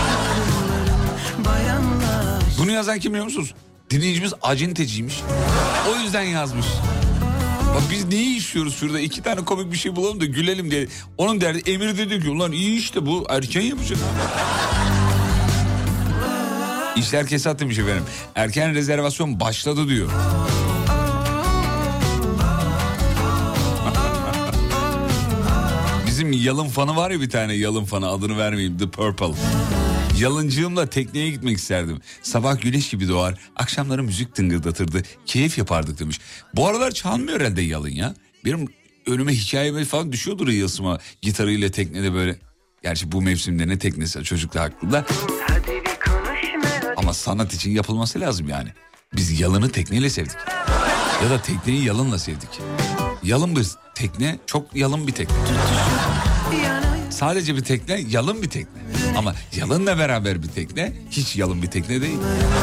Bunu yazan kim biliyor musunuz? Dinleyicimiz acenteciymiş. O yüzden yazmış. Bak biz neyi işliyoruz şurada? İki tane komik bir şey bulalım da gülelim diye. Onun derdi, Emir dedi ki ulan iyi işte bu erken yapacak. İşler kesat demiş efendim. Erken rezervasyon başladı diyor. Bizim Yalın fanı var ya, bir tane Yalın fanı, adını vermeyeyim, The Purple. Yalıncığımla tekneye gitmek isterdim. Sabah güneş gibi doğar, akşamları müzik tıngırdatırdı, keyif yapardık demiş. Bu aralar çalmıyor herhalde Yalın ya. Benim önüme hikaye falan düşüyordur Yasıma, gitarıyla teknede böyle. Gerçi bu mevsimde ne teknesi, çocuk da haklı da. Ama sanat için yapılması lazım yani. Biz Yalın'ı tekneyle sevdik. Ya da tekneyi Yalın'la sevdik. Yalın bir tekne, çok yalın bir tekne. Sadece bir tekne, yalın bir tekne. Ama Yalın'la beraber bir tekne, hiç yalın bir tekne değil.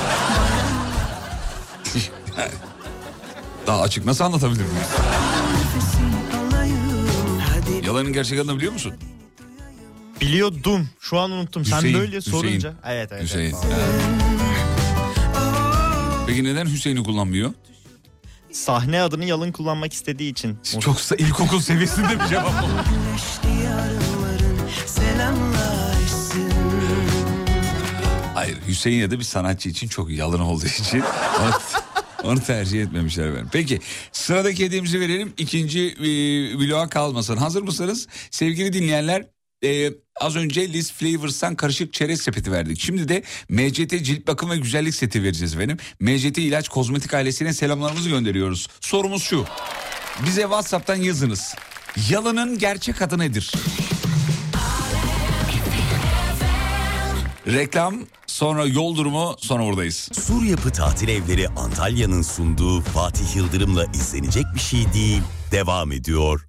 Daha açık nasıl anlatabilirim? Yalın'ın gerçek adını biliyor musun? Biliyordum. Şu an unuttum. Sen Hüseyin, böyle Hüseyin. sorunca. Evet evet. Hüseyin. evet. Evet. Peki neden Hüseyin'i kullanmıyor? Sahne adını Yalın kullanmak istediği için. Çoksa ilkokul seviyesinde bir cevap oldu. Hayır, Hüseyin ya da bir sanatçı için çok yalın olduğu için onu, onu tercih etmemişler efendim. Peki sıradaki hediyemizi verelim. İkinci e, vloga kalmasın. Hazır mısınız? Sevgili dinleyenler, e, Az önce Liz Flavors'tan karışık çerez sepeti verdik. Şimdi de M C T cilt bakım ve güzellik seti vereceğiz efendim. M C T ilaç kozmetik ailesine selamlarımızı gönderiyoruz. Sorumuz şu. Bize WhatsApp'tan yazınız. Yalının gerçek adı nedir? Reklam, sonra yol durumu, sonra buradayız. Sur Yapı Tatil Evleri Antalya'nın sunduğu Fatih Yıldırım'la izlenecek bir şey değil. Devam ediyor.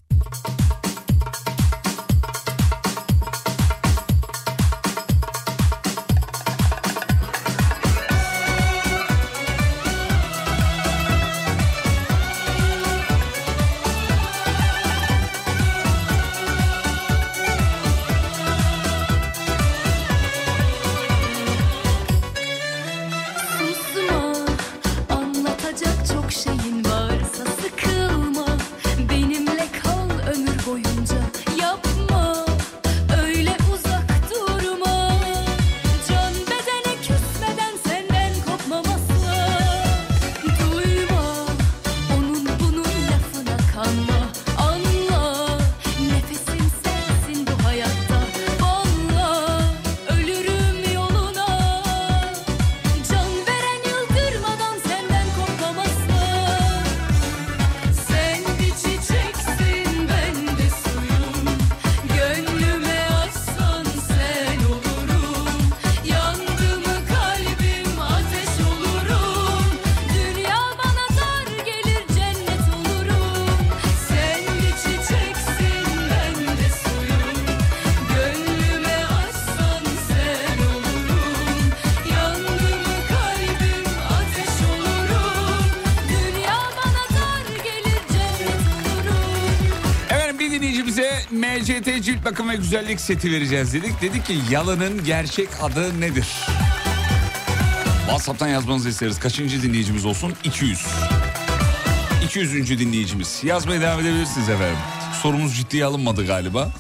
M C T cilt bakım ve güzellik seti vereceğiz dedik. Dedik ki yalının gerçek adı nedir? WhatsApp'tan yazmanızı isteriz. Kaçıncı dinleyicimiz olsun? iki yüz. iki yüzüncü dinleyicimiz. Yazmaya devam edebilirsiniz efendim. Sorumuz ciddiye alınmadı galiba.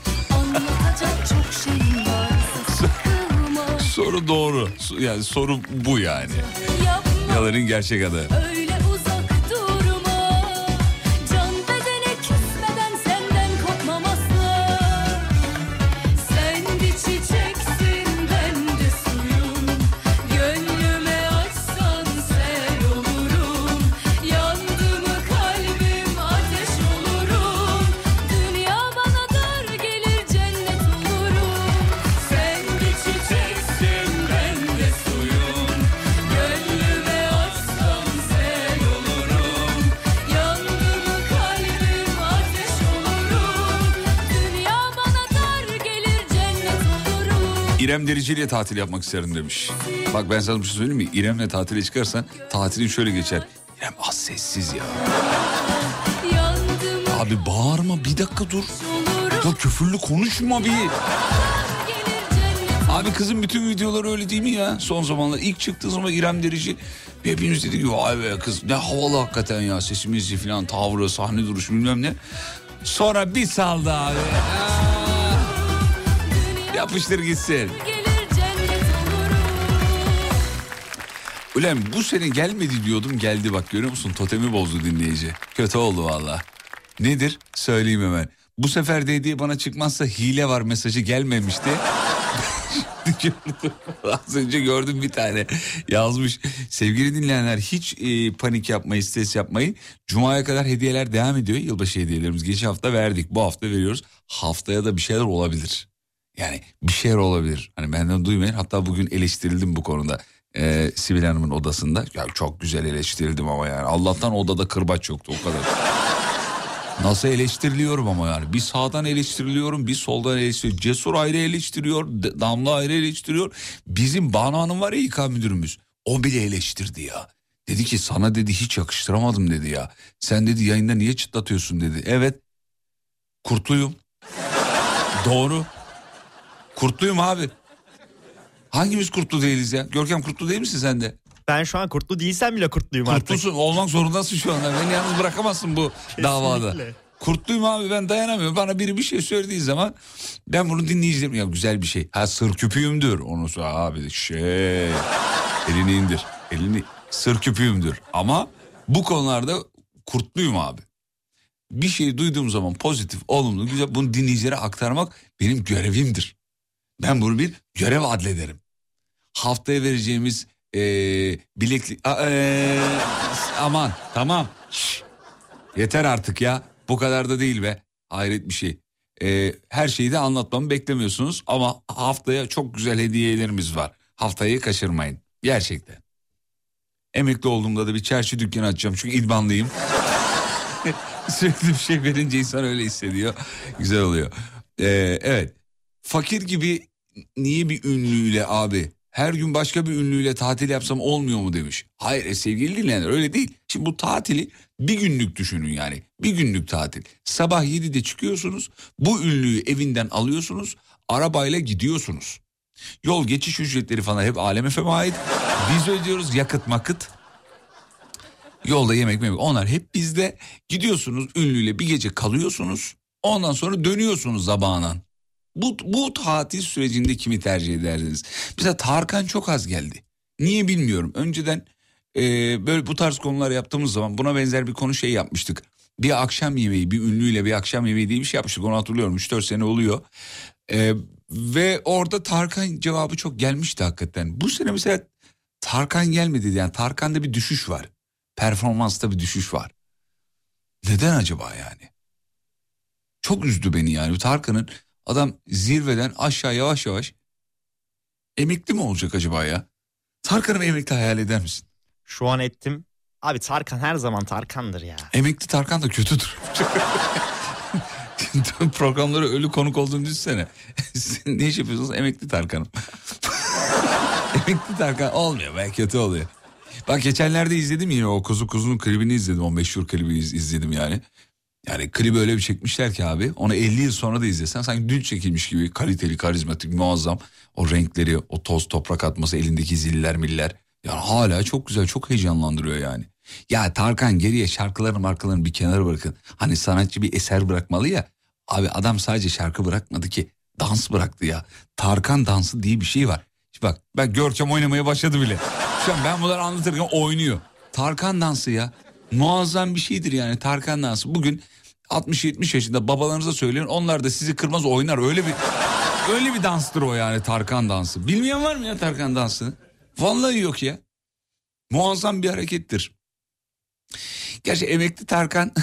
Soru doğru. Yani soru bu yani. Yalının gerçek adı. İrem Derici ile tatil yapmak isterim demiş. Bak ben sana bir şey söyleyeyim mi? İrem'le tatile çıkarsan tatilin şöyle geçer. İrem az sessiz ya. Abi bağırma bir dakika dur. Ya küfürlü konuşma bir. Abi kızın bütün videoları öyle değil mi ya? Son zamanlar ilk çıktığı zaman İrem Derici hepimiz dedik ki vay be kız ne havalı hakikaten ya, sesimizi falan, tavrı, sahne duruşu bilmem ne. Sonra bir saldı abi. Yapıştır gitsin. Ulan bu sene gelmedi diyordum, geldi bak görüyor musun? Totemi bozdu dinleyici. Kötü oldu valla. Nedir? Söyleyeyim hemen. Bu sefer de hediye bana çıkmazsa hile var mesajı gelmemişti. Az önce gördüm bir tane yazmış. Sevgili dinleyenler hiç e, panik yapmayın, stres yapmayın. Cuma'ya kadar hediyeler devam ediyor. Yılbaşı hediyelerimiz geçen hafta verdik, bu hafta veriyoruz. Haftaya da bir şeyler olabilir. Yani bir şeyler olabilir. Hani benden duymayın. Hatta bugün eleştirildim bu konuda. Ee, Sibel Hanım'ın odasında. Ya çok güzel eleştirildim ama yani. Allah'tan odada kırbaç yoktu o kadar. Nasıl eleştiriliyorum ama yani. Bir sağdan eleştiriliyorum, bir soldan eleştiriyor. Cesur ayrı eleştiriyor, Damla ayrı eleştiriyor. Bizim Banu Hanım var ya İK müdürümüz. O bile eleştirdi ya. Dedi ki sana dedi hiç yakıştıramadım dedi ya. Sen dedi yayında niye çıtlatıyorsun dedi. Evet. Kurtluyum. Doğru. Kurtluyum abi. Hangimiz kurtlu değiliz ya? Görkem kurtlu değil misin sen de? Ben şu an kurtlu değilsem bile kurtluyum artık. Kurtlusun, olmak zorundasın şu anda. Beni yalnız bırakamazsın bu Kesinlikle. davada. Kurtluyum abi, ben dayanamıyorum. Bana biri bir şey söylediği zaman ben bunu dinleyeceğim. Ya güzel bir şey. Ha sır küpüğümdür. Onu söyle abi şey. Elini indir. Elini sır küpüğümdür. Ama bu konularda kurtluyum abi. Bir şey duyduğum zaman pozitif, olumlu, güzel bunu dinleyicilere aktarmak benim görevimdir. Ben bunu bir görev adlederim. Haftaya vereceğimiz ee, bileklik... Ee, aman tamam. Şş, yeter artık ya. Bu kadar da değil be. Hayret bir şey. Ee, her şeyi de anlatmamı beklemiyorsunuz. Ama haftaya çok güzel hediyelerimiz var. Haftayı kaçırmayın. Gerçekten. Emekli olduğumda da bir çarşı dükkanı açacağım. Çünkü idmanlıyım. Sürekli bir şey verince insan öyle hissediyor. Güzel oluyor. Ee, evet. Fakir gibi niye bir ünlüyle abi? Her gün başka bir ünlüyle tatil yapsam olmuyor mu demiş. Hayır e, sevgili dinleyenler öyle değil. Şimdi bu tatili bir günlük düşünün yani. Bir günlük tatil. Sabah yedide çıkıyorsunuz. Bu ünlüyü evinden alıyorsunuz. Arabayla gidiyorsunuz. Yol geçiş ücretleri falan hep Alem F M'e ait. Biz ödüyoruz yakıt makıt. Yolda yemek memek onlar hep bizde. Gidiyorsunuz ünlüyle bir gece kalıyorsunuz. Ondan sonra dönüyorsunuz zabanan. Bu, bu tatil sürecinde kimi tercih ederdiniz? Mesela Tarkan çok az geldi. Niye bilmiyorum. Önceden e, böyle bu tarz konular yaptığımız zaman buna benzer bir konu şey yapmıştık. Bir akşam yemeği, bir ünlüyle bir akşam yemeği diye bir şey yapmıştık. Onu hatırlıyorum. üç dört sene oluyor. E, ve orada Tarkan cevabı çok gelmişti hakikaten. Bu sene mesela Tarkan gelmedi. Yani Tarkan'da bir düşüş var. Performansta bir düşüş var. Neden acaba yani? Çok üzdü beni yani. Tarkan'ın adam zirveden aşağı yavaş yavaş emekli mi olacak acaba ya? Tarkan'ı emekli hayal eder misin? Şu an ettim. Abi Tarkan her zaman Tarkan'dır ya. Emekli Tarkan da kötüdür. Programlara ölü konuk olduğunu düşünsene. Siz ne iş yapıyorsunuz? Emekli Tarkan'ım. Emekli Tarkan olmuyor be, kötü oluyor. Bak geçenlerde izledim yine o Kuzu Kuzu'nun klibini izledim. O meşhur klibini izledim yani. Yani klibi öyle bir çekmişler ki abi. Onu elli yıl sonra da izlesen sanki dün çekilmiş gibi kaliteli, karizmatik, muazzam. O renkleri, o toz toprak atması, elindeki ziller miller. Yani hala çok güzel, çok heyecanlandırıyor yani. Ya Tarkan geriye şarkılarını markalarını bir kenara bırakın. Hani sanatçı bir eser bırakmalı ya. Abi adam sadece şarkı bırakmadı ki. Dans bıraktı ya. Tarkan dansı diye bir şey var. Şimdi bak ben Görkem oynamaya başladı bile. Şu an ben bunları anlatırken oynuyor. Tarkan dansı ya. Muazzam bir şeydir yani Tarkan dansı. Bugün altmış yetmiş yaşında babalarınıza söyleyin. Onlar da sizi kırmaz oynar. Öyle bir öyle bir danstır o yani Tarkan dansı. Bilmeyen var mı ya Tarkan dansını? Vallahi yok ya. Muazzam bir harekettir. Gerçi emekli Tarkan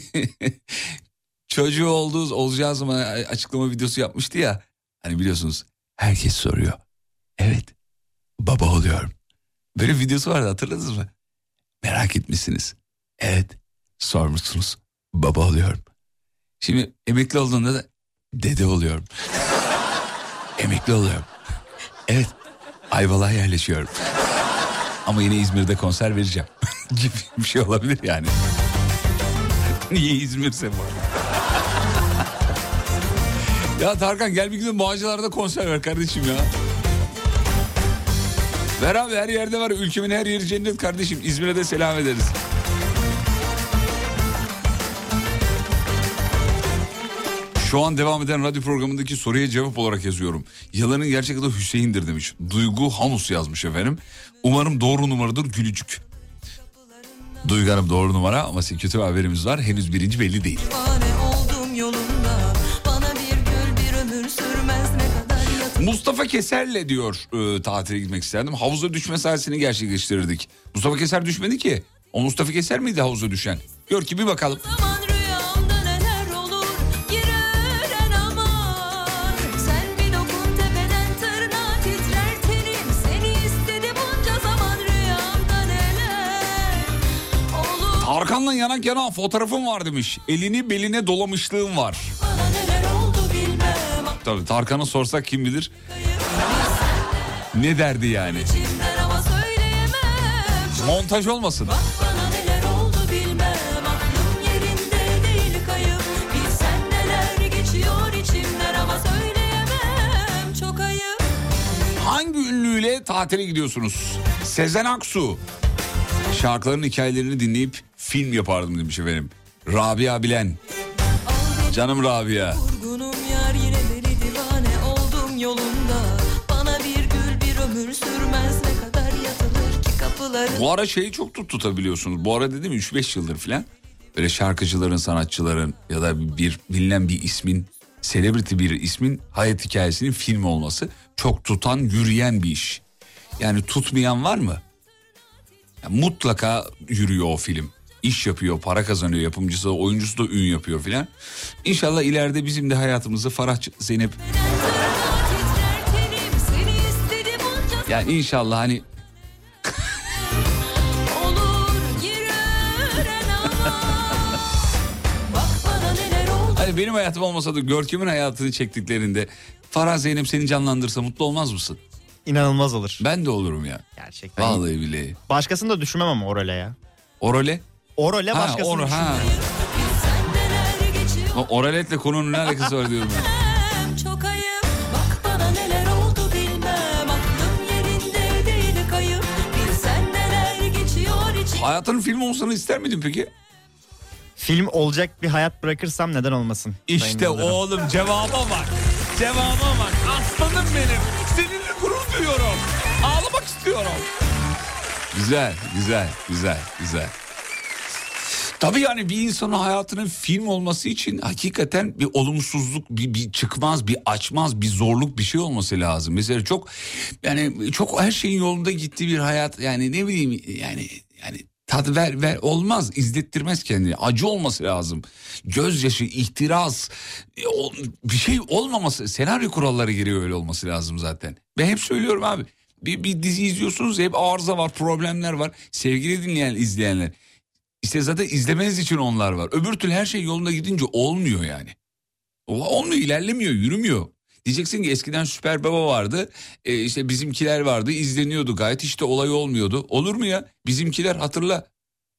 çocuğu olduğu olacağı zaman açıklama videosu yapmıştı ya. Hani biliyorsunuz herkes soruyor. Evet baba oluyorum. Böyle bir videosu vardı, hatırladınız mı? Merak etmişsiniz. Evet sormuşsunuz. Baba oluyorum. Şimdi emekli olduğunda da dede oluyorum. Emekli oluyorum. Evet Ayvalık'a yerleşiyorum. Ama yine İzmir'de konser vereceğim. Gibi bir şey olabilir yani. Niye İzmir'se bu? Ya Tarkan gel bir gün Bağcılar'da konser ver kardeşim ya. Ver abi, her yerde var. Ülkemin her yeri cennet kardeşim. İzmir'e de selam ederiz. Şu an devam eden radyo programındaki soruya cevap olarak yazıyorum. Yılanın gerçek adı Hüseyin'dir demiş. Duygu Hanus yazmış efendim. Umarım doğru numaradır gülücük. Duygu Hanım doğru numara ama size kötü bir haberimiz var. Henüz birinci belli değil. Mustafa Keser'le diyor e, tatile gitmek isterdim. Havuza düşme sahnesini gerçekleştirirdik. Mustafa Keser düşmedi ki. O Mustafa Keser miydi havuza düşen? Gör ki bir bakalım. Tarkan'la yanak yana fotoğrafım var demiş. Elini beline dolamışlığım var. Tabii Tarkan'a sorsak kim bilir ne derdi yani. Montaj olmasın. Hangi ünlüyle tatile gidiyorsunuz? Sezen Aksu. Şarkıların hikayelerini dinleyip film yapardım demiş efendim. Rabia Bilen. Canım Rabia. Bu ara şeyi çok tut tutabiliyorsunuz. Bu ara dedim üç beş yıldır falan. Böyle şarkıcıların, sanatçıların ya da bir bilinen bir ismin Celebrity bir ismin hayat hikayesinin film olması çok tutan, yürüyen bir iş. Yani tutmayan var mı? Yani mutlaka yürüyor o film. İş yapıyor, para kazanıyor, yapımcısı, oyuncusu da ün yapıyor filan. İnşallah ileride bizim de hayatımızda Farah Zeynep... Yani inşallah hani... Hani benim hayatım olmasa da Görkem'in hayatını çektiklerinde Farah Zeynep seni canlandırsa mutlu olmaz mısın? İnanılmaz olur. Ben de olurum ya. Gerçekten. Vallahi billahi. Başkasını da düşünmem ama o role ya. O role? O role Ha, başkasını or, düşünmem. ha. O oraletle konunun ne alakası var diyorum ben. Çok ayıp, bak bana neler oldu bilmem. Aklım yerinde değil kayıp. Bilsen neler geçiyor içim. Hayatının film olmasını ister miydin peki? Film olacak bir hayat bırakırsam neden olmasın? İşte oğlum cevaba bak. Cevaba bak. Aslanım benim. Seninle gurur duyuyorum. Ağlamak istiyorum. Güzel, güzel, güzel, güzel. Tabii yani bir insanın hayatının film olması için hakikaten bir olumsuzluk, bir, bir çıkmaz, bir açmaz, bir zorluk bir şey olması lazım. Mesela çok yani çok her şeyin yolunda gittiği bir hayat, yani ne bileyim yani yani tat ver ver olmaz, izlettirmez kendini. Acı olması lazım. Gözyaşı, ihtiras, bir şey olmaması, senaryo kuralları giriyor, öyle olması lazım zaten. Ben hep söylüyorum abi. Bir, bir dizi izliyorsunuz, hep arıza var, problemler var. Sevgili dinleyen, izleyenler. İşte zaten izlemeniz için onlar var. Öbür türlü her şey yolunda gidince olmuyor yani. Olmuyor, ilerlemiyor, yürümüyor. Diyeceksin ki eskiden Süper Baba vardı, e işte Bizimkiler vardı, izleniyordu gayet, işte olay olmuyordu. Olur mu ya? Bizimkiler, hatırla.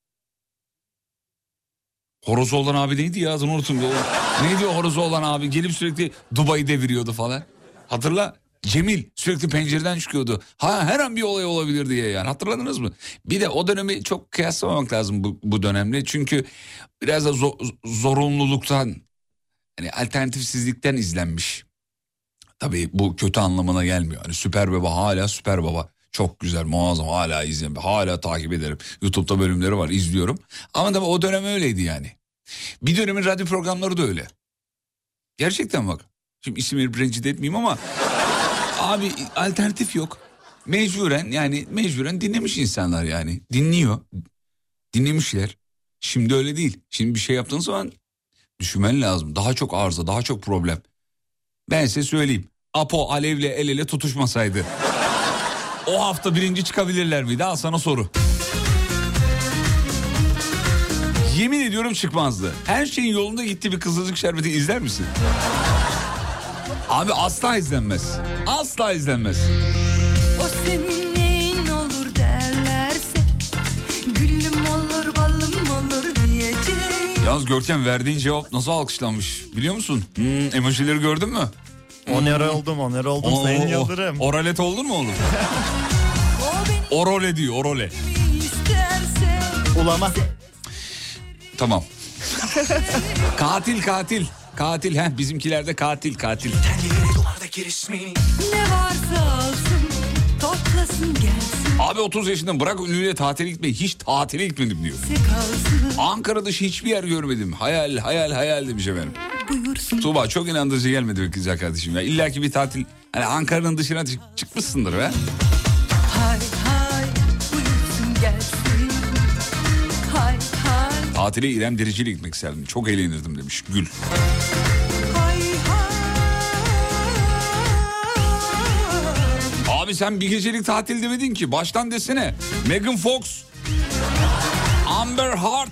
Horozu olan abi neydi ya? Adını unuttum. Neydi o horozu olan abi? Gelip sürekli Dubai'yi deviriyordu falan. Hatırla. Cemil sürekli pencereden çıkıyordu. Ha, her an bir olay olabilir diye yani. Hatırladınız mı? Bir de o dönemi çok kıyaslamamak lazım bu, bu dönemle. Çünkü biraz da zor, zorunluluktan, hani alternatifsizlikten izlenmiş. Tabii bu kötü anlamına gelmiyor. Hani Süper Baba hala Süper Baba. Çok güzel, muazzam, hala izlerim. Hala takip ederim. YouTube'da bölümleri var, izliyorum. Ama tabii o dönem öyleydi yani. Bir dönemin radyo programları da öyle. Gerçekten bak. Şimdi isimleri rencide etmeyeyim ama abi alternatif yok. Mecburen, yani mecburen dinlemiş insanlar yani. Dinliyor. Dinlemişler. Şimdi öyle değil. Şimdi bir şey yaptığın zaman düşünmen lazım. Daha çok arıza, daha çok problem. Ben size söyleyeyim. Apo Alev'le el ele tutuşmasaydı o hafta birinci çıkabilirler miydi? Al sana soru. Yemin ediyorum çıkmazdı. Her şeyin yolunda gitti bir Kızılcık Şerbeti izler misin? Abi asla izlenmez. Asla izlenmez. O senin neyin olur derlerse, gülüm olur balım olur diyeceğim. Yalnız Görkem, verdiğin cevap nasıl alkışlanmış biliyor musun? Hmm, emojileri gördün mü? Oner oldum, oner oldum O- Sayın o- Yıldırım. Oralet oldun mu oğlum? O beni Orole diyor, orole. isterse. Ulama. Tamam. Katil, katil. Katil, heh, bizimkilerde katil, katil. Ne varsa alsın, toplasın gelsin, Abi otuz yaşında, bırak ünlüyle tatile gitmeyi, hiç tatile gitmedim diyor. kalsın, Ankara dışı hiçbir yer görmedim. Hayal, hayal, hayal demiş efendim. buyursun. Tuğba, çok inandırıcı gelmedi be güzel kardeşim ya. İlla ki bir tatil, hani Ankara'nın dışına çık- çıkmışsındır be. Hay hay, buyursun gelsin. Hay hay, Tatile İrem Derici'yle gitmek isterdim. Çok eğlenirdim demiş Gül. hay hay. Abi sen bir gecelik tatil demedin ki. Baştan desene. Megan Fox, Amber Heard,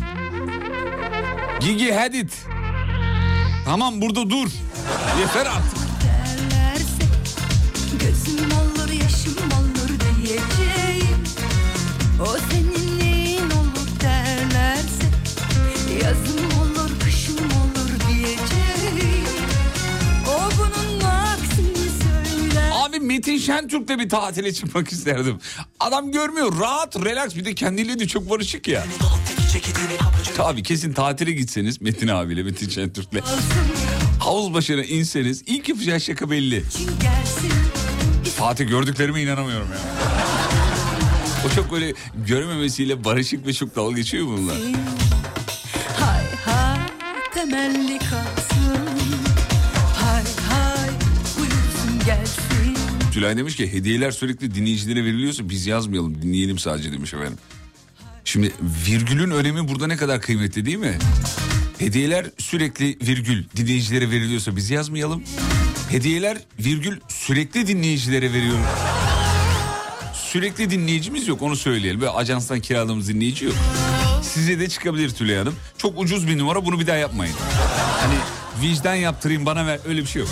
Gigi Hadid. Tamam, burada dur. Yeter artık. Derlerse, gözüm olur yaşım olur diyeceğim. O senin neyin olur derlerse, yazım olur kışım olur diyeceğim. O bunun aksini söyler. Abi Metin Şentürk'le bir tatile çıkmak isterdim. Adam görmüyor, rahat, relax, bir de kendiyle de çok barışık ya. Tabii kesin tatile gitseniz Metin abiyle, Metin Şentürk'le, havuz başına inseniz ilk yapacağı şaka belli. Gelsin, Fatih, gördüklerime inanamıyorum ya. O çok böyle görememesiyle barışık ve çok dalga geçiyor bunlar. hay hay, temelli kalsın. Tülay demiş ki hediyeler sürekli dinleyicilere veriliyorsa biz yazmayalım, dinleyelim sadece demiş efendim. Şimdi virgülün önemi burada ne kadar kıymetli değil mi? Hediyeler sürekli virgül dinleyicilere veriliyorsa biz yazmayalım. Hediyeler virgül sürekli dinleyicilere veriyoruz. Sürekli dinleyicimiz yok, onu söyleyelim. Böyle ajanstan kiraladığımız dinleyici yok. Size de çıkabilir Tülay Hanım. Çok ucuz bir numara, bunu bir daha yapmayın. Hani vicdan yaptırayım bana ver, öyle bir şey yok.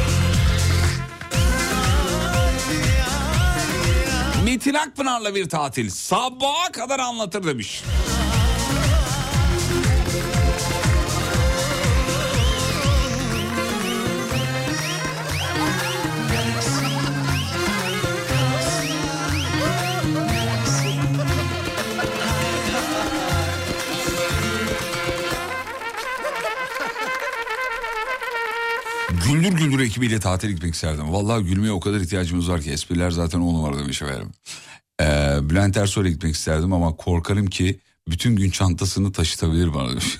Metin Akpınar'la bir tatil sabaha kadar anlatır demiş. Güldür Güldür ekibiyle tatil gitmek isterdim. Vallahi gülmeye o kadar ihtiyacımız var ki, espriler zaten on numara demiş efendim. Ee, Bülent Ersoy'la gitmek isterdim ama korkarım ki bütün gün çantasını taşıtabilir bana demiş.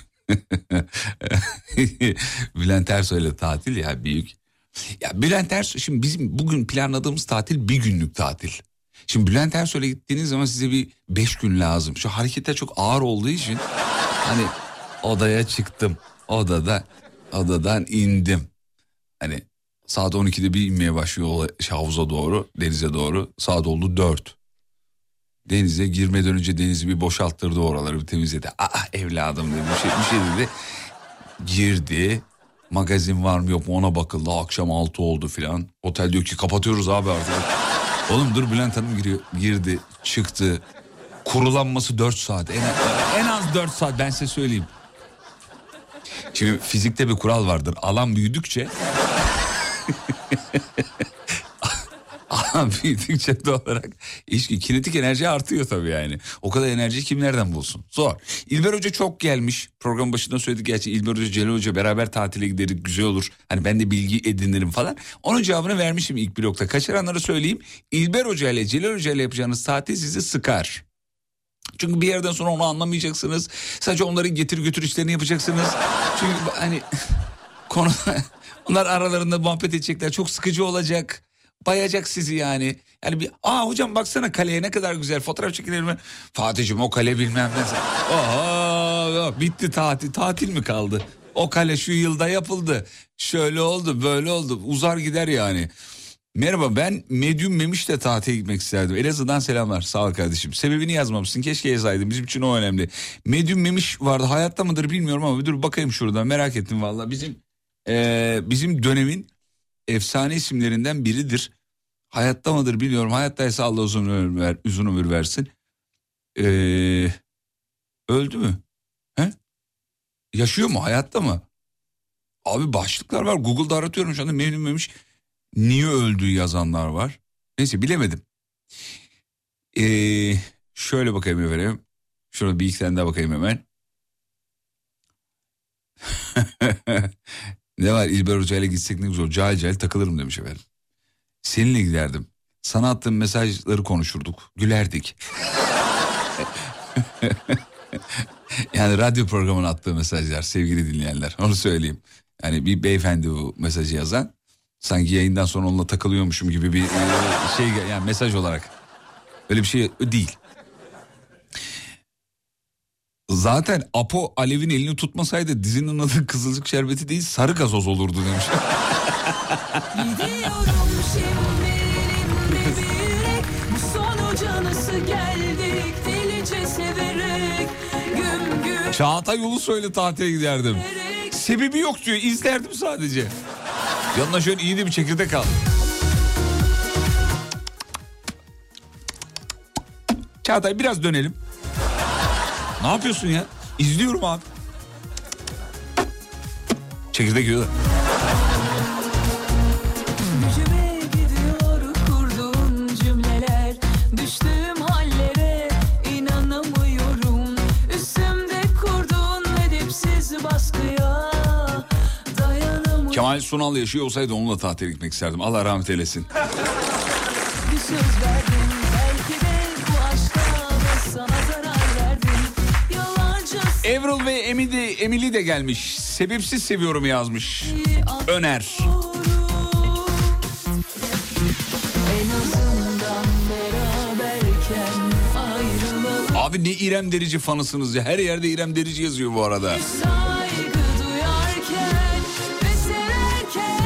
Bülent Ersoy'la tatil ya büyük. Ya Bülent Ersoy, şimdi bizim bugün planladığımız tatil bir günlük tatil. Şimdi Bülent Ersoy'la gittiğiniz zaman size bir beş gün lazım. Şu hareketler çok ağır olduğu için hani odaya çıktım, odada odadan indim. Hani saat on ikide bir inmeye başlıyor havuza doğru, denize doğru. Saat oldu dört. Denize girmeden önce denizi bir boşalttırdı, oraları bir temizledi. Aa evladım dedi, bir şey, bir şey dedi. Girdi, magazin var mı yok mu ona bakıldı. Akşam altı oldu filan. Otel diyor ki kapatıyoruz abi artık. Oğlum dur, Bülent Hanım giriyor. Girdi, çıktı. Kurulanması dört saat. En, en az dört saat, ben size söyleyeyim. Şimdi fizikte bir kural vardır. Alan büyüdükçe alan büyüdükçe doğal olarak ilişki, kinetik enerji artıyor tabii yani. O kadar enerjiyi kim nereden bulsun? Zor. İlber Hoca çok gelmiş. Program başında söyledik gerçi, İlber Hoca, Celal Hoca beraber tatile gideriz, güzel olur. Hani ben de bilgi edinirim falan. Onun cevabını vermişim ilk blokta. Kaçıranlara söyleyeyim. İlber Hoca ile Celal Hoca ile yapacağınız tatil sizi sıkar. Çünkü bir yerden sonra onu anlamayacaksınız. Sadece onların getir götür işlerini yapacaksınız. Çünkü hani konu, onlar aralarında muhabbet edecekler. Çok sıkıcı olacak. Bayacak sizi yani. Yani bir aa hocam baksana kaleye ne kadar güzel, fotoğraf çekilir mi? Fatih'cim o kale bilmem ne. Oho, bitti tatil. Tatil mi kaldı? O kale şu yılda yapıldı. Şöyle oldu, böyle oldu. Uzar gider yani. Merhaba, ben Medyum Memiş'le tatile gitmek isterdim. Elazığ'dan selamlar. Sağ ol kardeşim. Sebebini yazmamışsın. Keşke yazaydın. Bizim için o önemli. Medyum Memiş vardı. Hayatta mıdır bilmiyorum ama bir dur bakayım şuradan. Merak ettim vallahi. Bizim ee, bizim dönemin efsane isimlerinden biridir. Hayatta mıdır bilmiyorum. Hayattaysa Allah uzun ömür, ver, uzun ömür versin. Ee, öldü mü? He? Yaşıyor mu? Hayatta mı? Abi başlıklar var. Google'da aratıyorum şu anda. Medyum Memiş. Niye öldüğü yazanlar var. Neyse bilemedim. Ee, şöyle bakayım efendim. Şurada bir iki tane daha bakayım hemen. Ne var, İlber Hoca ile gitsek ne güzel. Cahil cahil takılırım demiş efendim. Seninle giderdim. Sana attığım mesajları konuşurduk. Gülerdik. Yani radyo programına attığı mesajlar sevgili dinleyenler. Onu söyleyeyim. Yani bir beyefendi bu mesajı yazan. Sanki yayından sonra onunla takılıyormuşum gibi bir şey, yani mesaj olarak. Öyle bir şey değil. Zaten Apo Alev'in elini tutmasaydı dizinin adı Kızılcık Şerbeti değil Sarı Gazoz olurdu demiş. Gidiyorum şimdi elimde bir yürek, bu sonuca nasıl geldik delice severek, güm güm. Çağatay Ulusoy'la tatile giderdim. Sebebi yok diyor, izlerdim sadece. Yanına şöyle iyi de bir çekirdek al. Çağatay biraz dönelim. Ne yapıyorsun ya? İzliyorum abi. Çekirdek yiyor da. Gücüme gidiyor kurduğun cümleler, düştüğüm hallere inanamıyorum. Üstümde kurduğun edepsiz baskıya dayanamıyorum. Kemal Sunal yaşıyor olsaydı onunla tatile gitmek isterdim. Allah rahmet eylesin. Bir söz verdim, belki de bu aşkta da sana zarar verdim. Yıllarca Avril ve Emily, Emily de gelmiş. Sebepsiz seviyorum yazmış. Öner. El Abi ne İrem Derici fanısınız ya. Her yerde İrem Derici yazıyor bu arada. Saygı duyarken ve severken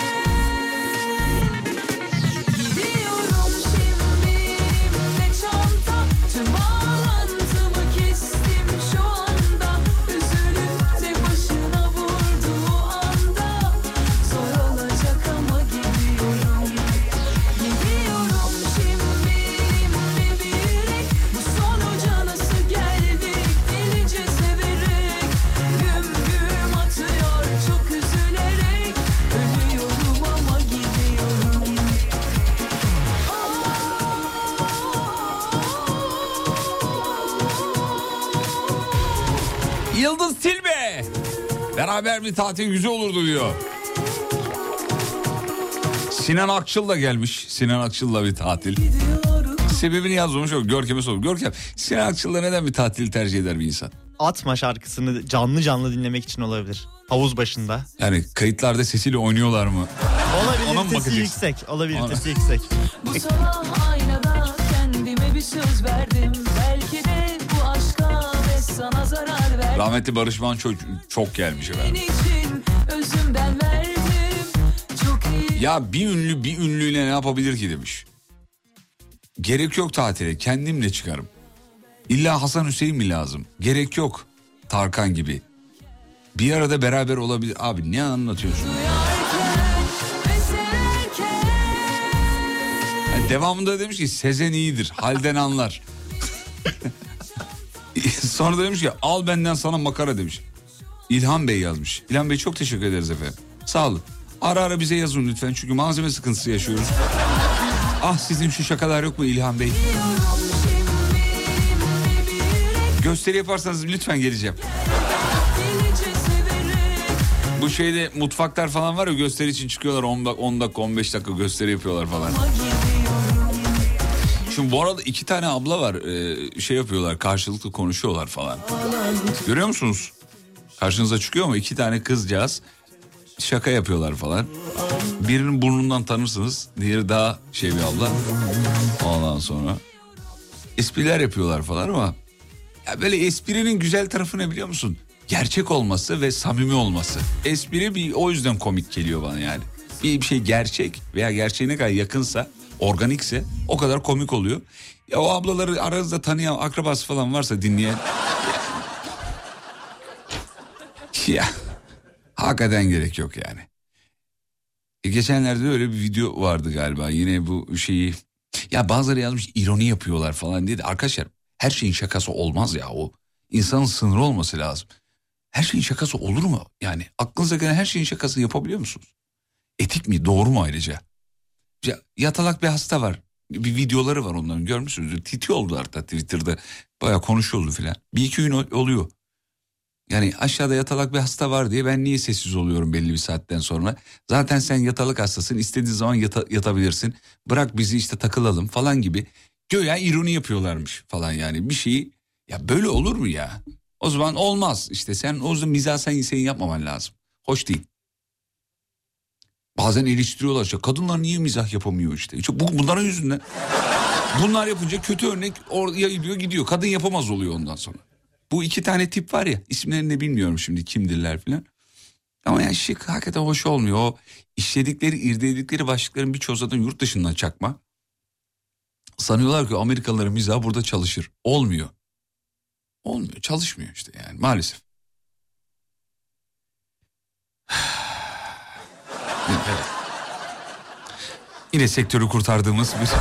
gidiyorum şimdi elimde çanta, tüm bağlantımı kestim şu anda. Üzülüp de başına vurduğu anda zor olacak ama gidiyorum. Gidiyorum şimdi elimde bir yürek, bu sonuca nasıl geldik delice severek. Güm güm atıyor çok üzülerek, ölüyorum ama gidiyorum. Yıldız Tilbe. Beraber bir tatil güzel olurdu diyor. Sinan Akçıl da gelmiş. Sinan Akçıl'la bir tatil. Sebebini yazmamış o. Görkem'e sor. Görkem, Sinan Akçıl'la neden bir tatil tercih eder bir insan? Atma şarkısını canlı canlı dinlemek için olabilir. Havuz başında. Yani kayıtlarda sesiyle oynuyorlar mı? Ona mı Olabilitesi bakacaksın? yüksek. Olabilitesi Ona- yüksek. Bu sabah aynada kendime bir söz verdim. Belki de bu aşka ve sana zarar verdim. Rahmetli Barış Manço çok gelmiş efendim. Senin için özümden verdim. Çok iyi. Ya bir ünlü bir ünlüyle ne yapabilir ki demiş. Gerek yok tatile, kendimle çıkarım. İlla Hasan Hüseyin mi lazım? Gerek yok. Tarkan gibi. Bir arada beraber olabilir. Abi ne anlatıyorsun? Ve severken Yani devamında demiş ki Sezen iyidir, halden anlar. Sonra da demiş ki al benden sana makara demiş. İlhan Bey yazmış. İlhan Bey çok teşekkür ederiz efendim. Sağ olun. Ara ara bize yazın lütfen çünkü malzeme sıkıntısı yaşıyoruz. Ah sizin şu şakalar yok mu İlhan Bey? Gösteri yaparsanız lütfen geleceğim. delice severek. Bu şeyde mutfaklar falan var ya, gösteri için çıkıyorlar on dakika on beş dakika gösteri yapıyorlar falan. Şimdi bu arada iki tane abla var, e, şey yapıyorlar, karşılıklı konuşuyorlar falan. Görüyor musunuz? Karşınıza çıkıyor mu? İki tane kızcağız şaka yapıyorlar falan. Birinin burnundan tanırsınız, diğeri daha şey bir abla. Ondan sonra espriler yapıyorlar falan ama ya böyle esprinin güzel tarafı ne biliyor musun? Gerçek olması ve samimi olması. Espri bir o yüzden komik geliyor bana yani. Bir, bir şey gerçek veya gerçeğe ne kadar yakınsa, organikse o kadar komik oluyor. Ya o ablaları aranızda tanıyan akrabası falan varsa dinleyen... ya hakikaten gerek yok yani. E, geçenlerde öyle bir video vardı galiba. Yine bu şeyi... Ya bazıları yazmış ironi yapıyorlar falan diye de. Arkadaşlar her şeyin şakası olmaz ya. O insanın sınırı olması lazım. Her şeyin şakası olur mu? Yani aklınıza gelen her şeyin şakasını yapabiliyor musunuz? Etik mi? Doğru mu ayrıca? Ya, yatalak bir hasta var. Bir videoları var onların, görmüşsünüzdür. Titi oldular da Twitter'da. Bayağı konuşuldu filan. Bir iki gün oluyor. Yani aşağıda yatalak bir hasta var diye ben niye sessiz oluyorum belli bir saatten sonra? Zaten sen yatalak hastasın, istediğin zaman yata, yatabilirsin. Bırak bizi işte takılalım falan gibi. Göya ironi yapıyorlarmış falan yani bir şeyi. Ya böyle olur mu ya? O zaman olmaz işte, sen o zaman mizah sen senin yapmaman lazım. Hoş değil. Bazen eleştiriyorlar işte, kadınlar niye mizah yapamıyor işte. İşte bu, bunların yüzünden. Bunlar yapınca kötü örnek or, yayılıyor gidiyor. Kadın yapamaz oluyor ondan sonra. Bu iki tane tip var ya, isimlerini bilmiyorum şimdi kimdirler filan. Ama yani şık, hakikaten hoş olmuyor. O işledikleri, irdeledikleri başlıkların birçoğu zaten yurt dışından çakma. Sanıyorlar ki Amerikalıların mizahı burada çalışır. Olmuyor. Olmuyor, çalışmıyor işte yani maalesef. Evet. Yine sektörü kurtardığımız bir...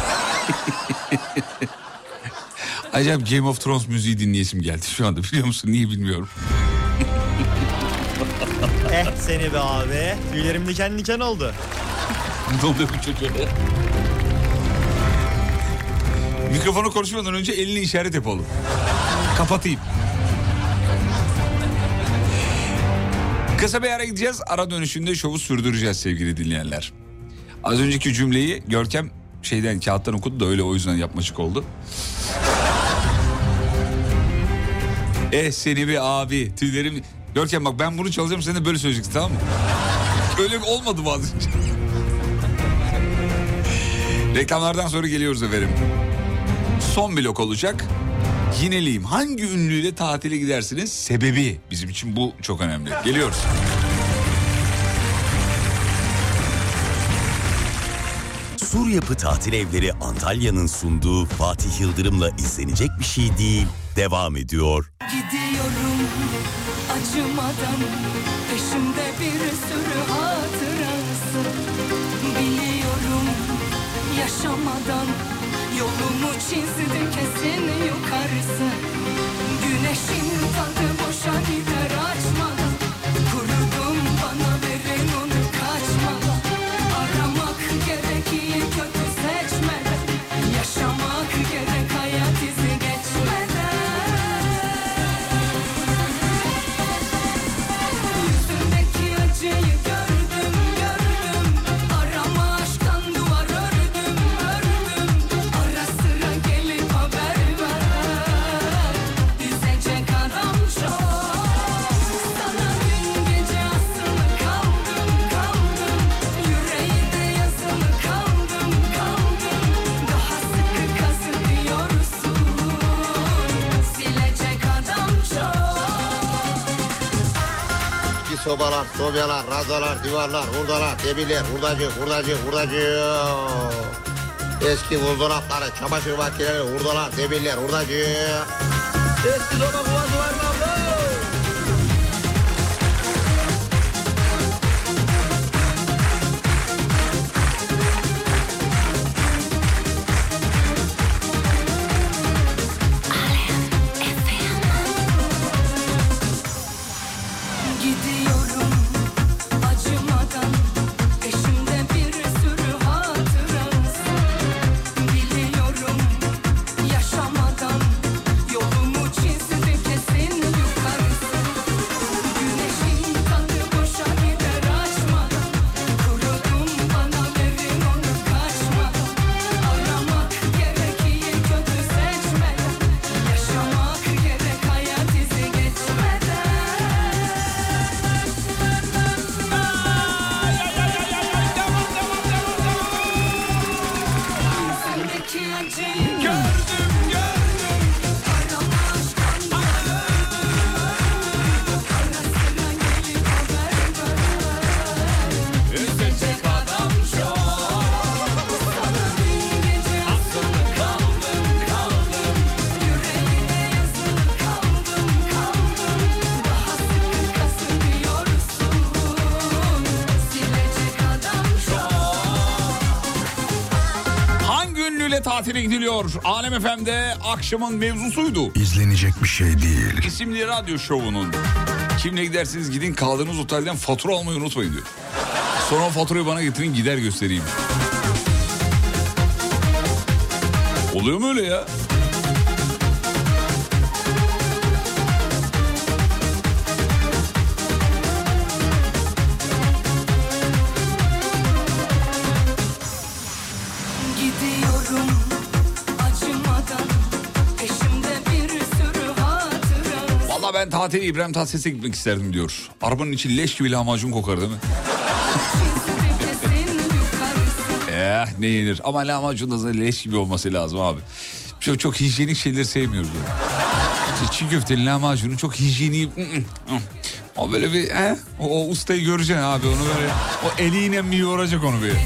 Acayip Game of Thrones müziği dinleyesim geldi şu anda, biliyor musun? Niye bilmiyorum. Eh seni be abi. Tüylerim diken diken oldu. Ne oluyor bu çocuğa? Mikrofonu konuşmadan önce elini işaret yap oğlum. Kapatayım. Kısa bir ara gideceğiz. Ara dönüşünde şovu sürdüreceğiz sevgili dinleyenler. Az önceki cümleyi Görkem şeyden, kağıttan okudu da öyle, o yüzden yapmacık oldu. Eh seni bir abi, tüylerim... Görkem bak ben bunu çalacağım, sen de böyle söyleyeceksin, tamam mı? Öyle olmadı bazı. Reklamlardan sonra geliyoruz efendim. Son blok olacak. Yineleyeyim. Hangi ünlüyle tatile gidersiniz? Sebebi. Bizim için bu çok önemli. Geliyoruz. Sur Yapı Tatil Evleri Antalya'nın sunduğu Fatih Yıldırım'la izlenecek bir şey değil. Devam ediyor. Gidiyorum acımadan, peşimde bir sürü hatırası. Biliyorum yaşamadan, yolumu çizdi kesin yukarısı. Güneşin tadı boşa gider açmadan, kurudum bana verin onu kaçmadan. Aramak gerek iyi kötü seçmeden, yaşamak gerek hayat izi geçmeden. Yüzündeki acıyı gördüm gördüm, arama aşktan duvar ördüm ördüm. Ara sıra gelip haber ver, yüzecek adam çok. Sana dün gece asılı kaldım kaldım, yüreğine yazılı kaldım kaldım. Daha sıkı kazınıyorsun, silecek adam çok. Eski sobalar, sobyalar, razalar, divarlar, hurdalar, demirler, hurdacı, hurdacı, hurdacı. Eski buzdolapları, çamaşır makineleri, hurdalar, demirler, hurdacı. Eski soba kuvası var mı abla? Gidiyorum acımadan, peşimde bir sürü hatırası. Biliyorum yaşamadan, yolumu çizdi kesin yukarısı. Güneşin tadı boşa gider açmadan, kurudum bana verin onu kaçmadan. Aramak gerek iyi kötü seçmeden, yaşamak gerek hayat izi geçmeden. Yüzündeki acıyı gördüm gördüm, arama aşktan duvar ördüm ördüm. Ara sıra gelip haber ver, yüzecek adam çok. Sana dün gece asılı kaldım kaldım, yüreğine yazılı kaldım kaldım. Daha sıkı kazınıyorsun, silecek adam çok. Hangi ünlüyle tatile gidiliyor? Alem F M'de akşamın mevzusuydu. İzlenecek bir şey değil. İsimli radyo şovunun. Kimle gidersiniz gidin, kaldığınız otelden fatura almayı unutmayın diyor. Sonra o faturayı bana getirin, gider göstereyim. Oluyor mu öyle ya? Gidiyorum acımadan, peşimde bir sürü hatırası. Vallahi ben tatile İbrahim Tatlıses'e gitmek isterdim diyor. Arabanın içi leş gibi lahmacun kokar değil mi? Çizdi kesin yukarısı. Eh ne yenir. Ama lahmacun da leş gibi olması lazım abi. Çok, çok hijyenik şeyleri sevmiyoruz. Yani. İşte çiğ köftenin lahmacunun çok hijyenik. O böyle bir he? O, o ustayı göreceksin abi onu böyle. O eliyle mi yoğuracak onu bir.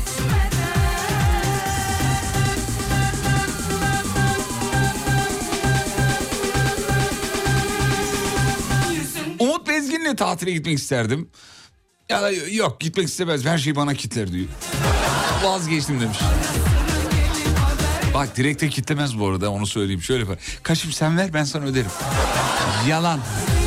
Umut Bezgin'le tatile gitmek isterdim. Ya da yok gitmek istemez. Her şey bana kitler diyor. Vazgeçtim demiş. Bak direkte kitlemez bu arada, onu söyleyeyim. Şöyle yapar. Kaşım sen ver ben sana öderim. Yalan.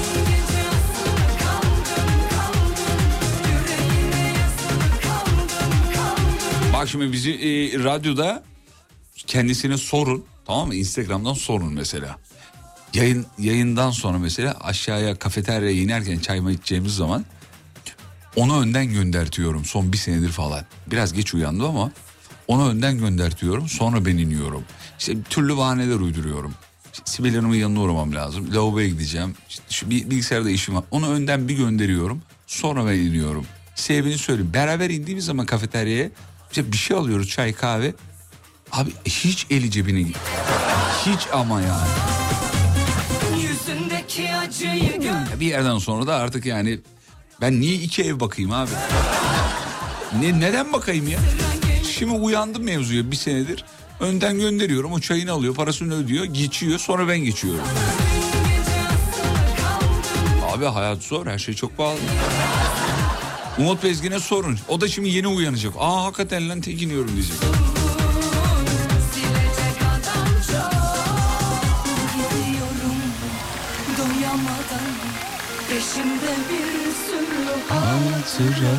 Bak şimdi bizi e, radyoda kendisine sorun, tamam mı? Instagram'dan sorun mesela. Yayın yayından sonra mesela aşağıya kafeteryaya inerken çayma içeceğimiz zaman onu önden göndertiyorum son bir senedir falan. Biraz geç uyandı ama onu önden göndertiyorum, sonra ben iniyorum. İşte türlü bahaneler uyduruyorum. İşte Sibel Hanım'ın yanına uğramam lazım. Lavaboya gideceğim. İşte şu bilgisayarda işim var. Onu önden bir gönderiyorum, sonra ben iniyorum. Sebebini söyleyeyim. Beraber indiğimiz zaman kafeteryaya işte bir şey alıyoruz, çay kahve. Abi hiç eli cebine git. Hiç ama yani. acıyı gör. Bir yerden sonra da artık yani ben niye iki ev bakayım abi? Ne, neden bakayım ya? Şimdi uyandım mevzuya bir senedir. Önden gönderiyorum, o çayını alıyor, parasını ödüyor, geçiyor, sonra ben geçiyorum. Abi hayat zor, her şey çok pahalı. Umut Bezgin'e sorun, o da şimdi yeni uyanacak. Aa hakikaten lan tek iniyorum diyecek. Silecek adam çok. Gidiyorum doyamadan. Peşimde bir sürü hatıra.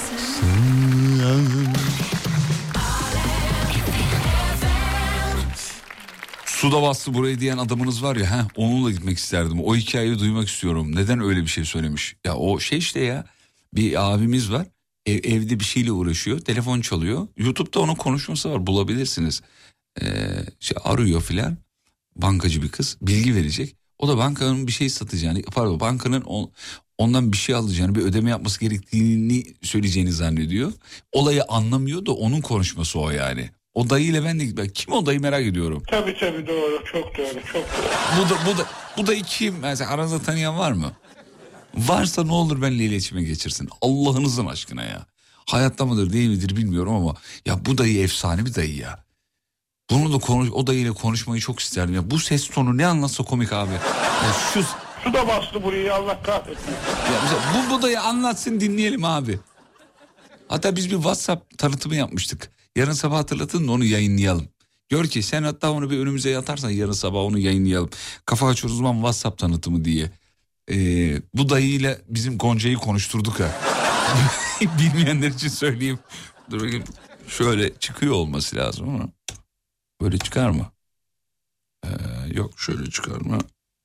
Suda bastı burayı diyen adamınız var ya, heh, onunla gitmek isterdim. O hikayeyi duymak istiyorum. Neden öyle bir şey söylemiş? Ya o şey işte ya, bir abimiz var. Ev, evde bir şeyle uğraşıyor. Telefon çalıyor. YouTube'da onun konuşması var, bulabilirsiniz. Ee, şey arıyor filan. Bankacı bir kız bilgi verecek. O da bankanın bir şey satacağını, pardon bankanın on, ondan bir şey alacağını, bir ödeme yapması gerektiğini söyleyeceğini zannediyor. Olayı anlamıyor da onun konuşması o yani. O dayıyla ben de gitmek. Kim o dayı merak ediyorum. Tabii tabii doğru, çok doğru, çok doğru. Bu da bu da bu dayı kim? Mesela aranızda tanıyan var mı? Varsa ne olur benimle iletişime geçirsin. Allah'ınızın aşkına ya. Hayatta mıdır değil midir bilmiyorum ama ya bu dayı efsane bir dayı ya. Bunu da konuş, o dayıyla konuşmayı çok isterdim ya. Bu ses tonu ne anlatsa komik abi. Ya şu Su da bastı burayı, Allah kahretsin. ya mesela bu, bu dayı anlatsın, dinleyelim abi. Hatta biz bir WhatsApp tanıtımı yapmıştık. Yarın sabah hatırlatın da onu yayınlayalım. Gör ki sen hatta onu bir önümüze yatarsan yarın sabah onu yayınlayalım. Kafa Açar Uzman WhatsApp tanıtımı diye. Ee, bu dayıyla bizim Gonca'yı konuşturduk ha. Bilmeyenler için söyleyeyim. Dur bakayım. Şöyle çıkıyor olması lazım ama. Böyle çıkar mı? Ee, yok şöyle çıkar mı?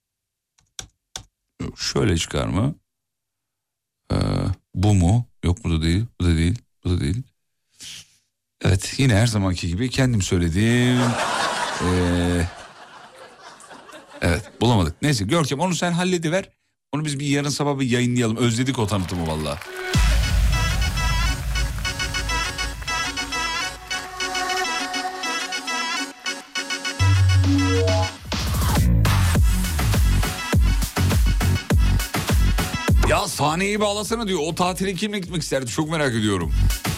Yok şöyle çıkar mı? Ee, bu mu? Yok bu da değil. Bu da değil. Bu da değil. Evet yine her zamanki gibi kendim söyledim. Ee, evet bulamadık. Neyse Görkem onu sen hallediver. Onu biz bir yarın sabah bir yayınlayalım. Özledik o tanıtımı vallahi. Ya sahneyi bağlasana diyor. O tatile kimle gitmek isterdi? Çok merak ediyorum.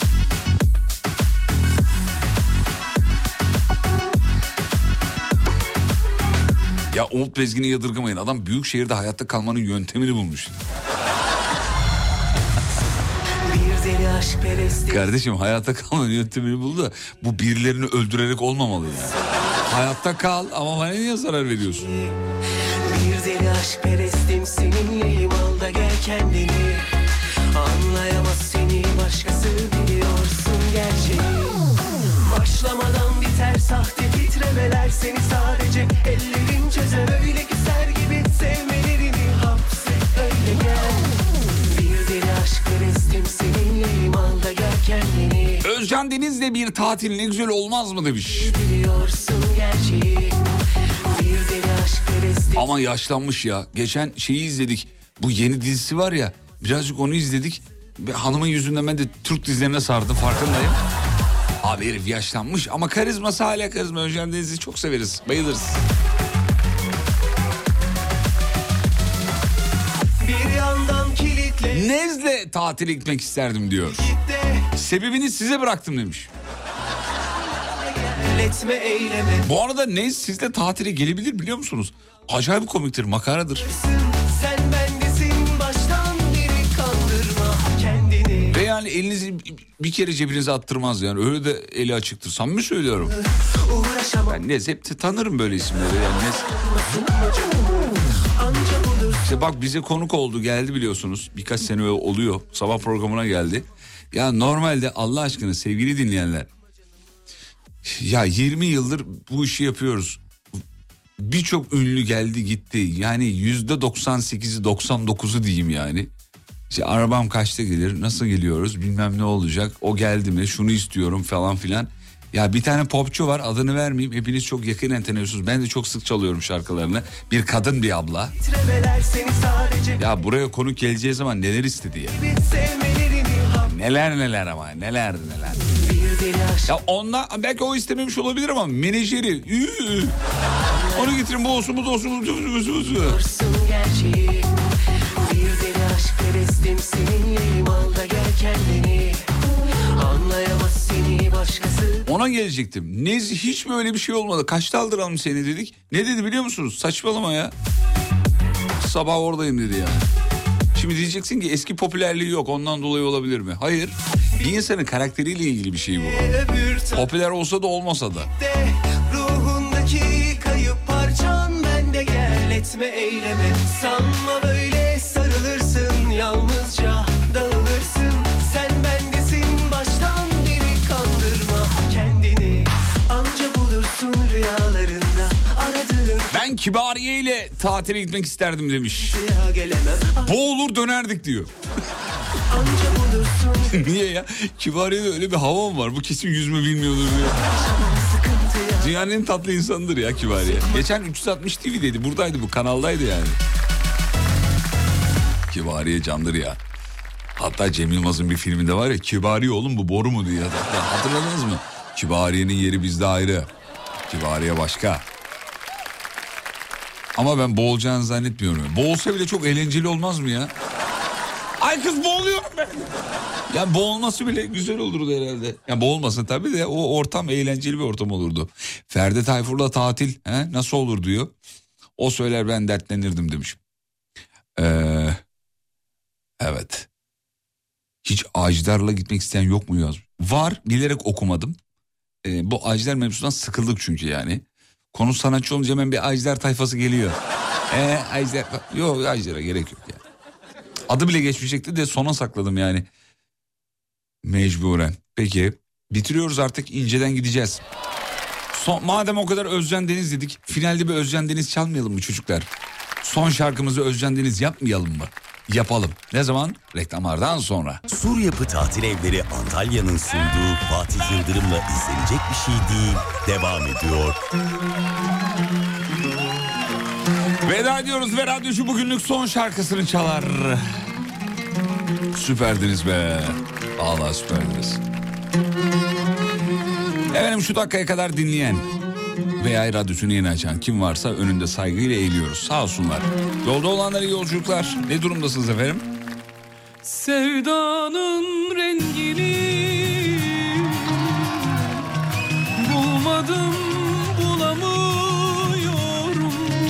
Ya Umut Bezgin'i yadırgamayın. Adam büyük şehirde hayatta kalmanın yöntemini bulmuş. Kardeşim hayatta kalmanın yöntemini buldu da bu birilerini öldürerek olmamalı yani. Hayatta kal ama bana niye zarar veriyorsun? Bir deli aşk perestim seninleyim, al da gel kendini. Anlayamaz seni başkası, biliyorsun gerçeği. Başlamadan biter sahte titremeler, seni sadece ellerin çözer. Öyle güzel gibi sevmelerini hapset, öyle gel. Bir deli aşk perestim seninleyim, al da gel kendini. Özcan Deniz'le bir tatil ne güzel olmaz mı demiş. Biliyorsun gerçeği. Bir deli aşk perestim. Ama yaşlanmış ya. Geçen şeyi izledik. Bu yeni dizisi var ya. Birazcık onu izledik. Hanımın yüzünden ben de Türk dizilerine sardım, farkındayım. Abi herif yaşlanmış ama karizması hala karizma. Özcan Deniz'i çok severiz, bayılırız. Bir yandan kilitle. Nezle tatile gitmek isterdim diyor. Sebebini size bıraktım demiş. Etme, eyleme. Bu arada Nez sizle tatile gelebilir biliyor musunuz? Acayip komiktir, makaradır. Sen bendesin, baştan beri kandırma kendini. Ve yani elinizi bir kere cebinize attırmaz yani. Öyle de eli açıktır. Samimi söylüyorum. Ben Nez hep tanırım böyle isimleri. Yani Nez... İşte bak bize konuk oldu, geldi biliyorsunuz. Birkaç sene oluyor. Sabah programına geldi. Ya normalde Allah aşkına sevgili dinleyenler. Ya yirmi yıldır bu işi yapıyoruz. Birçok ünlü geldi gitti. Yani yüzde doksan sekizi doksan dokuzu diyeyim yani. İşte arabam kaçta gelir, nasıl geliyoruz, bilmem ne olacak, o geldi mi, şunu istiyorum falan filan. Ya bir tane popçu var, adını vermeyeyim, hepiniz çok yakinen tanıyorsunuz. Ben de çok sık çalıyorum şarkılarını. Bir kadın bir abla. Ya buraya konuk geleceği zaman neler istedi ya. Neler neler ama neler neler. Ya ondan belki o istememiş olabilir ama menajeri. Üü, onu getirin, bu olsun bu da olsun. gerçeği. Bir deli aşk perestim seninleyim, al da gel kendini. Anlayamaz seni başkası. Ona gelecektim. Ne, hiç mi öyle bir şey olmadı? Kaçta aldıralım seni dedik. Ne dedi biliyor musunuz? Saçmalama ya. Sabah oradayım dedi ya. Şimdi diyeceksin ki eski popülerliği yok, ondan dolayı olabilir mi? Hayır. Bir insanın karakteriyle ilgili bir şey bu. Popüler olsa da olmasa da. Ruhundaki kayıp parçan bende, gel etme eyleme. Sanma böyle sarılırsın, yalnızca dağılırsın. Sen bendesin baştan beri, kandırma kendini. Anca bulursun rüyalarında aradığın. Ben Kibariye ile tatile gitmek isterdim demiş. Boğulur dönerdik diyor. Niye ya? Kibariye'de öyle bir hava mı var? Bu kesin yüzme bilmiyordur diyor. Dünyanın en tatlı insanıdır ya Kibariye. Geçen üç yüz altmış T V'deydi. Buradaydı, bu kanaldaydı yani. Kibariye candır ya. Hatta Cem Yılmaz'ın bir filminde var ya, Kibariye oğlum bu boru mu diye. Hatırladınız mı? Kibariye'nin yeri bizde ayrı. Kibariye başka. Ama ben boğulacağını zannetmiyorum. Boğulsa bile çok eğlenceli olmaz mı ya? Ay kız boğuluyorum ben. Yani boğulması bile güzel olurdu herhalde. Yani boğulmasın tabii de o ortam eğlenceli bir ortam olurdu. Ferdi Tayfur'la tatil he? Nasıl olur diyor. O söyler ben dertlenirdim demiş. Ee, evet. Hiç Ajdar'la gitmek isteyen yok mu yazmış? Var, bilerek okumadım. Ee, bu Ajdar mevzusundan sıkıldık çünkü yani. Konu sanatçı olunca hemen bir Ajdar tayfası geliyor. Eee Ajdar... Yok Ajdar'a gerek yok yani. Adı bile geçmeyecekti de sona sakladım yani. Mecburen. Peki bitiriyoruz artık, inceden gideceğiz. Son, madem o kadar Özcan Deniz dedik, finalde bir Özcan Deniz çalmayalım mı çocuklar? Son şarkımızı Özcan Deniz yapmayalım mı? Yapalım. Ne zaman? Reklamlardan sonra. Sur Yapı Tatil Evleri Antalya'nın sunduğu Fatih Yıldırım'la izlenecek bir şey değil. Devam ediyor. Veda ediyoruz ve radyocu bugünlük son şarkısını çalar. Süperdiniz be. Allah süperdiniz. Efendim şu dakikaya kadar dinleyen veya radyosunu yeni açan kim varsa önünde saygıyla eğiliyoruz. Sağ olsunlar. Yolda olanlara yolculuklar. Ne durumdasınız efendim? Sevdanın rengini bulmadım, bulamıyorum.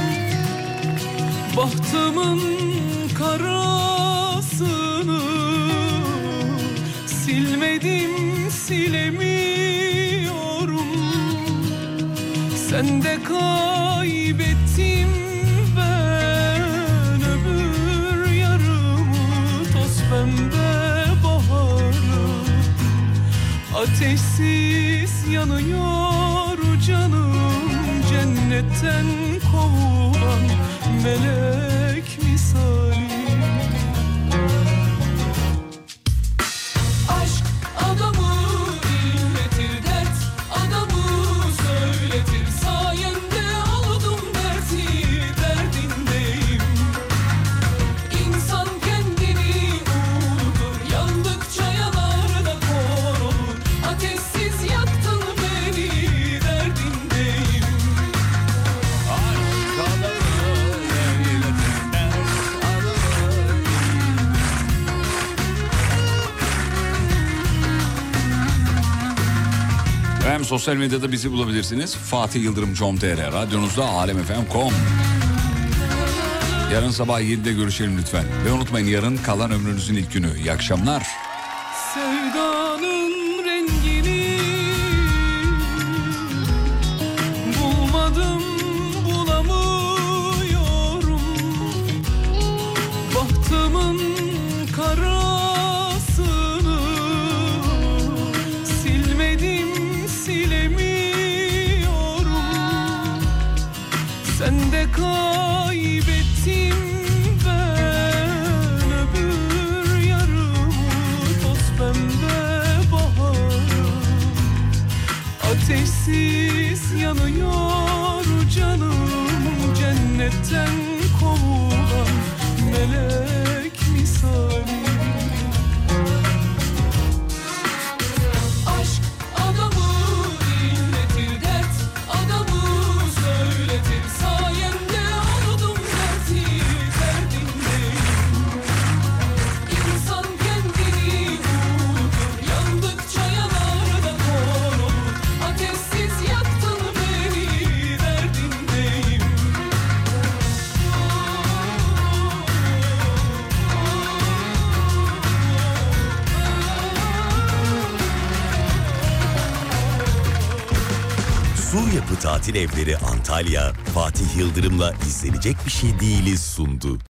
Bahtımın karasını silmedim, silemiyorum. Sen de kaybettim ben öbür yarımı, toz pembe baharı. Ateşsiz yanıyor canım, cennetten kovulan melek misali. Aşk adamı inletir, dert adamı söyletir. Sayende oldum dersi, derdindeyim. İnsan kendini unutur, yandıkça yanar da kor olur. Ateşsiz yaktın beni, derdindeyim. Aşk adamı inletir, dert adamı. Hem sosyal medyada bizi bulabilirsiniz. Fatih Yıldırım nokta com nokta tr, radyonuzda alemfm nokta com. Yarın sabah yedide görüşelim lütfen. Ve unutmayın, yarın kalan ömrünüzün ilk günü. İyi akşamlar. Sevdanın rengini bulmadım, bulamıyorum. Bahtımın karasını silmedim, silemiyorum. Sen de kaybettim ben öbür yarımı, toz pembe baharı. Ateşsiz yanıyor canım, cennetten kovulan melek misali. Aşk adamı inletir, dert adamı söyletir. Sayende oldum dersi, derdindeyim. Sur Yapı Tatil Evleri Antalya, Fatih Yıldırım'la izlenecek bir şey değiliz sundu.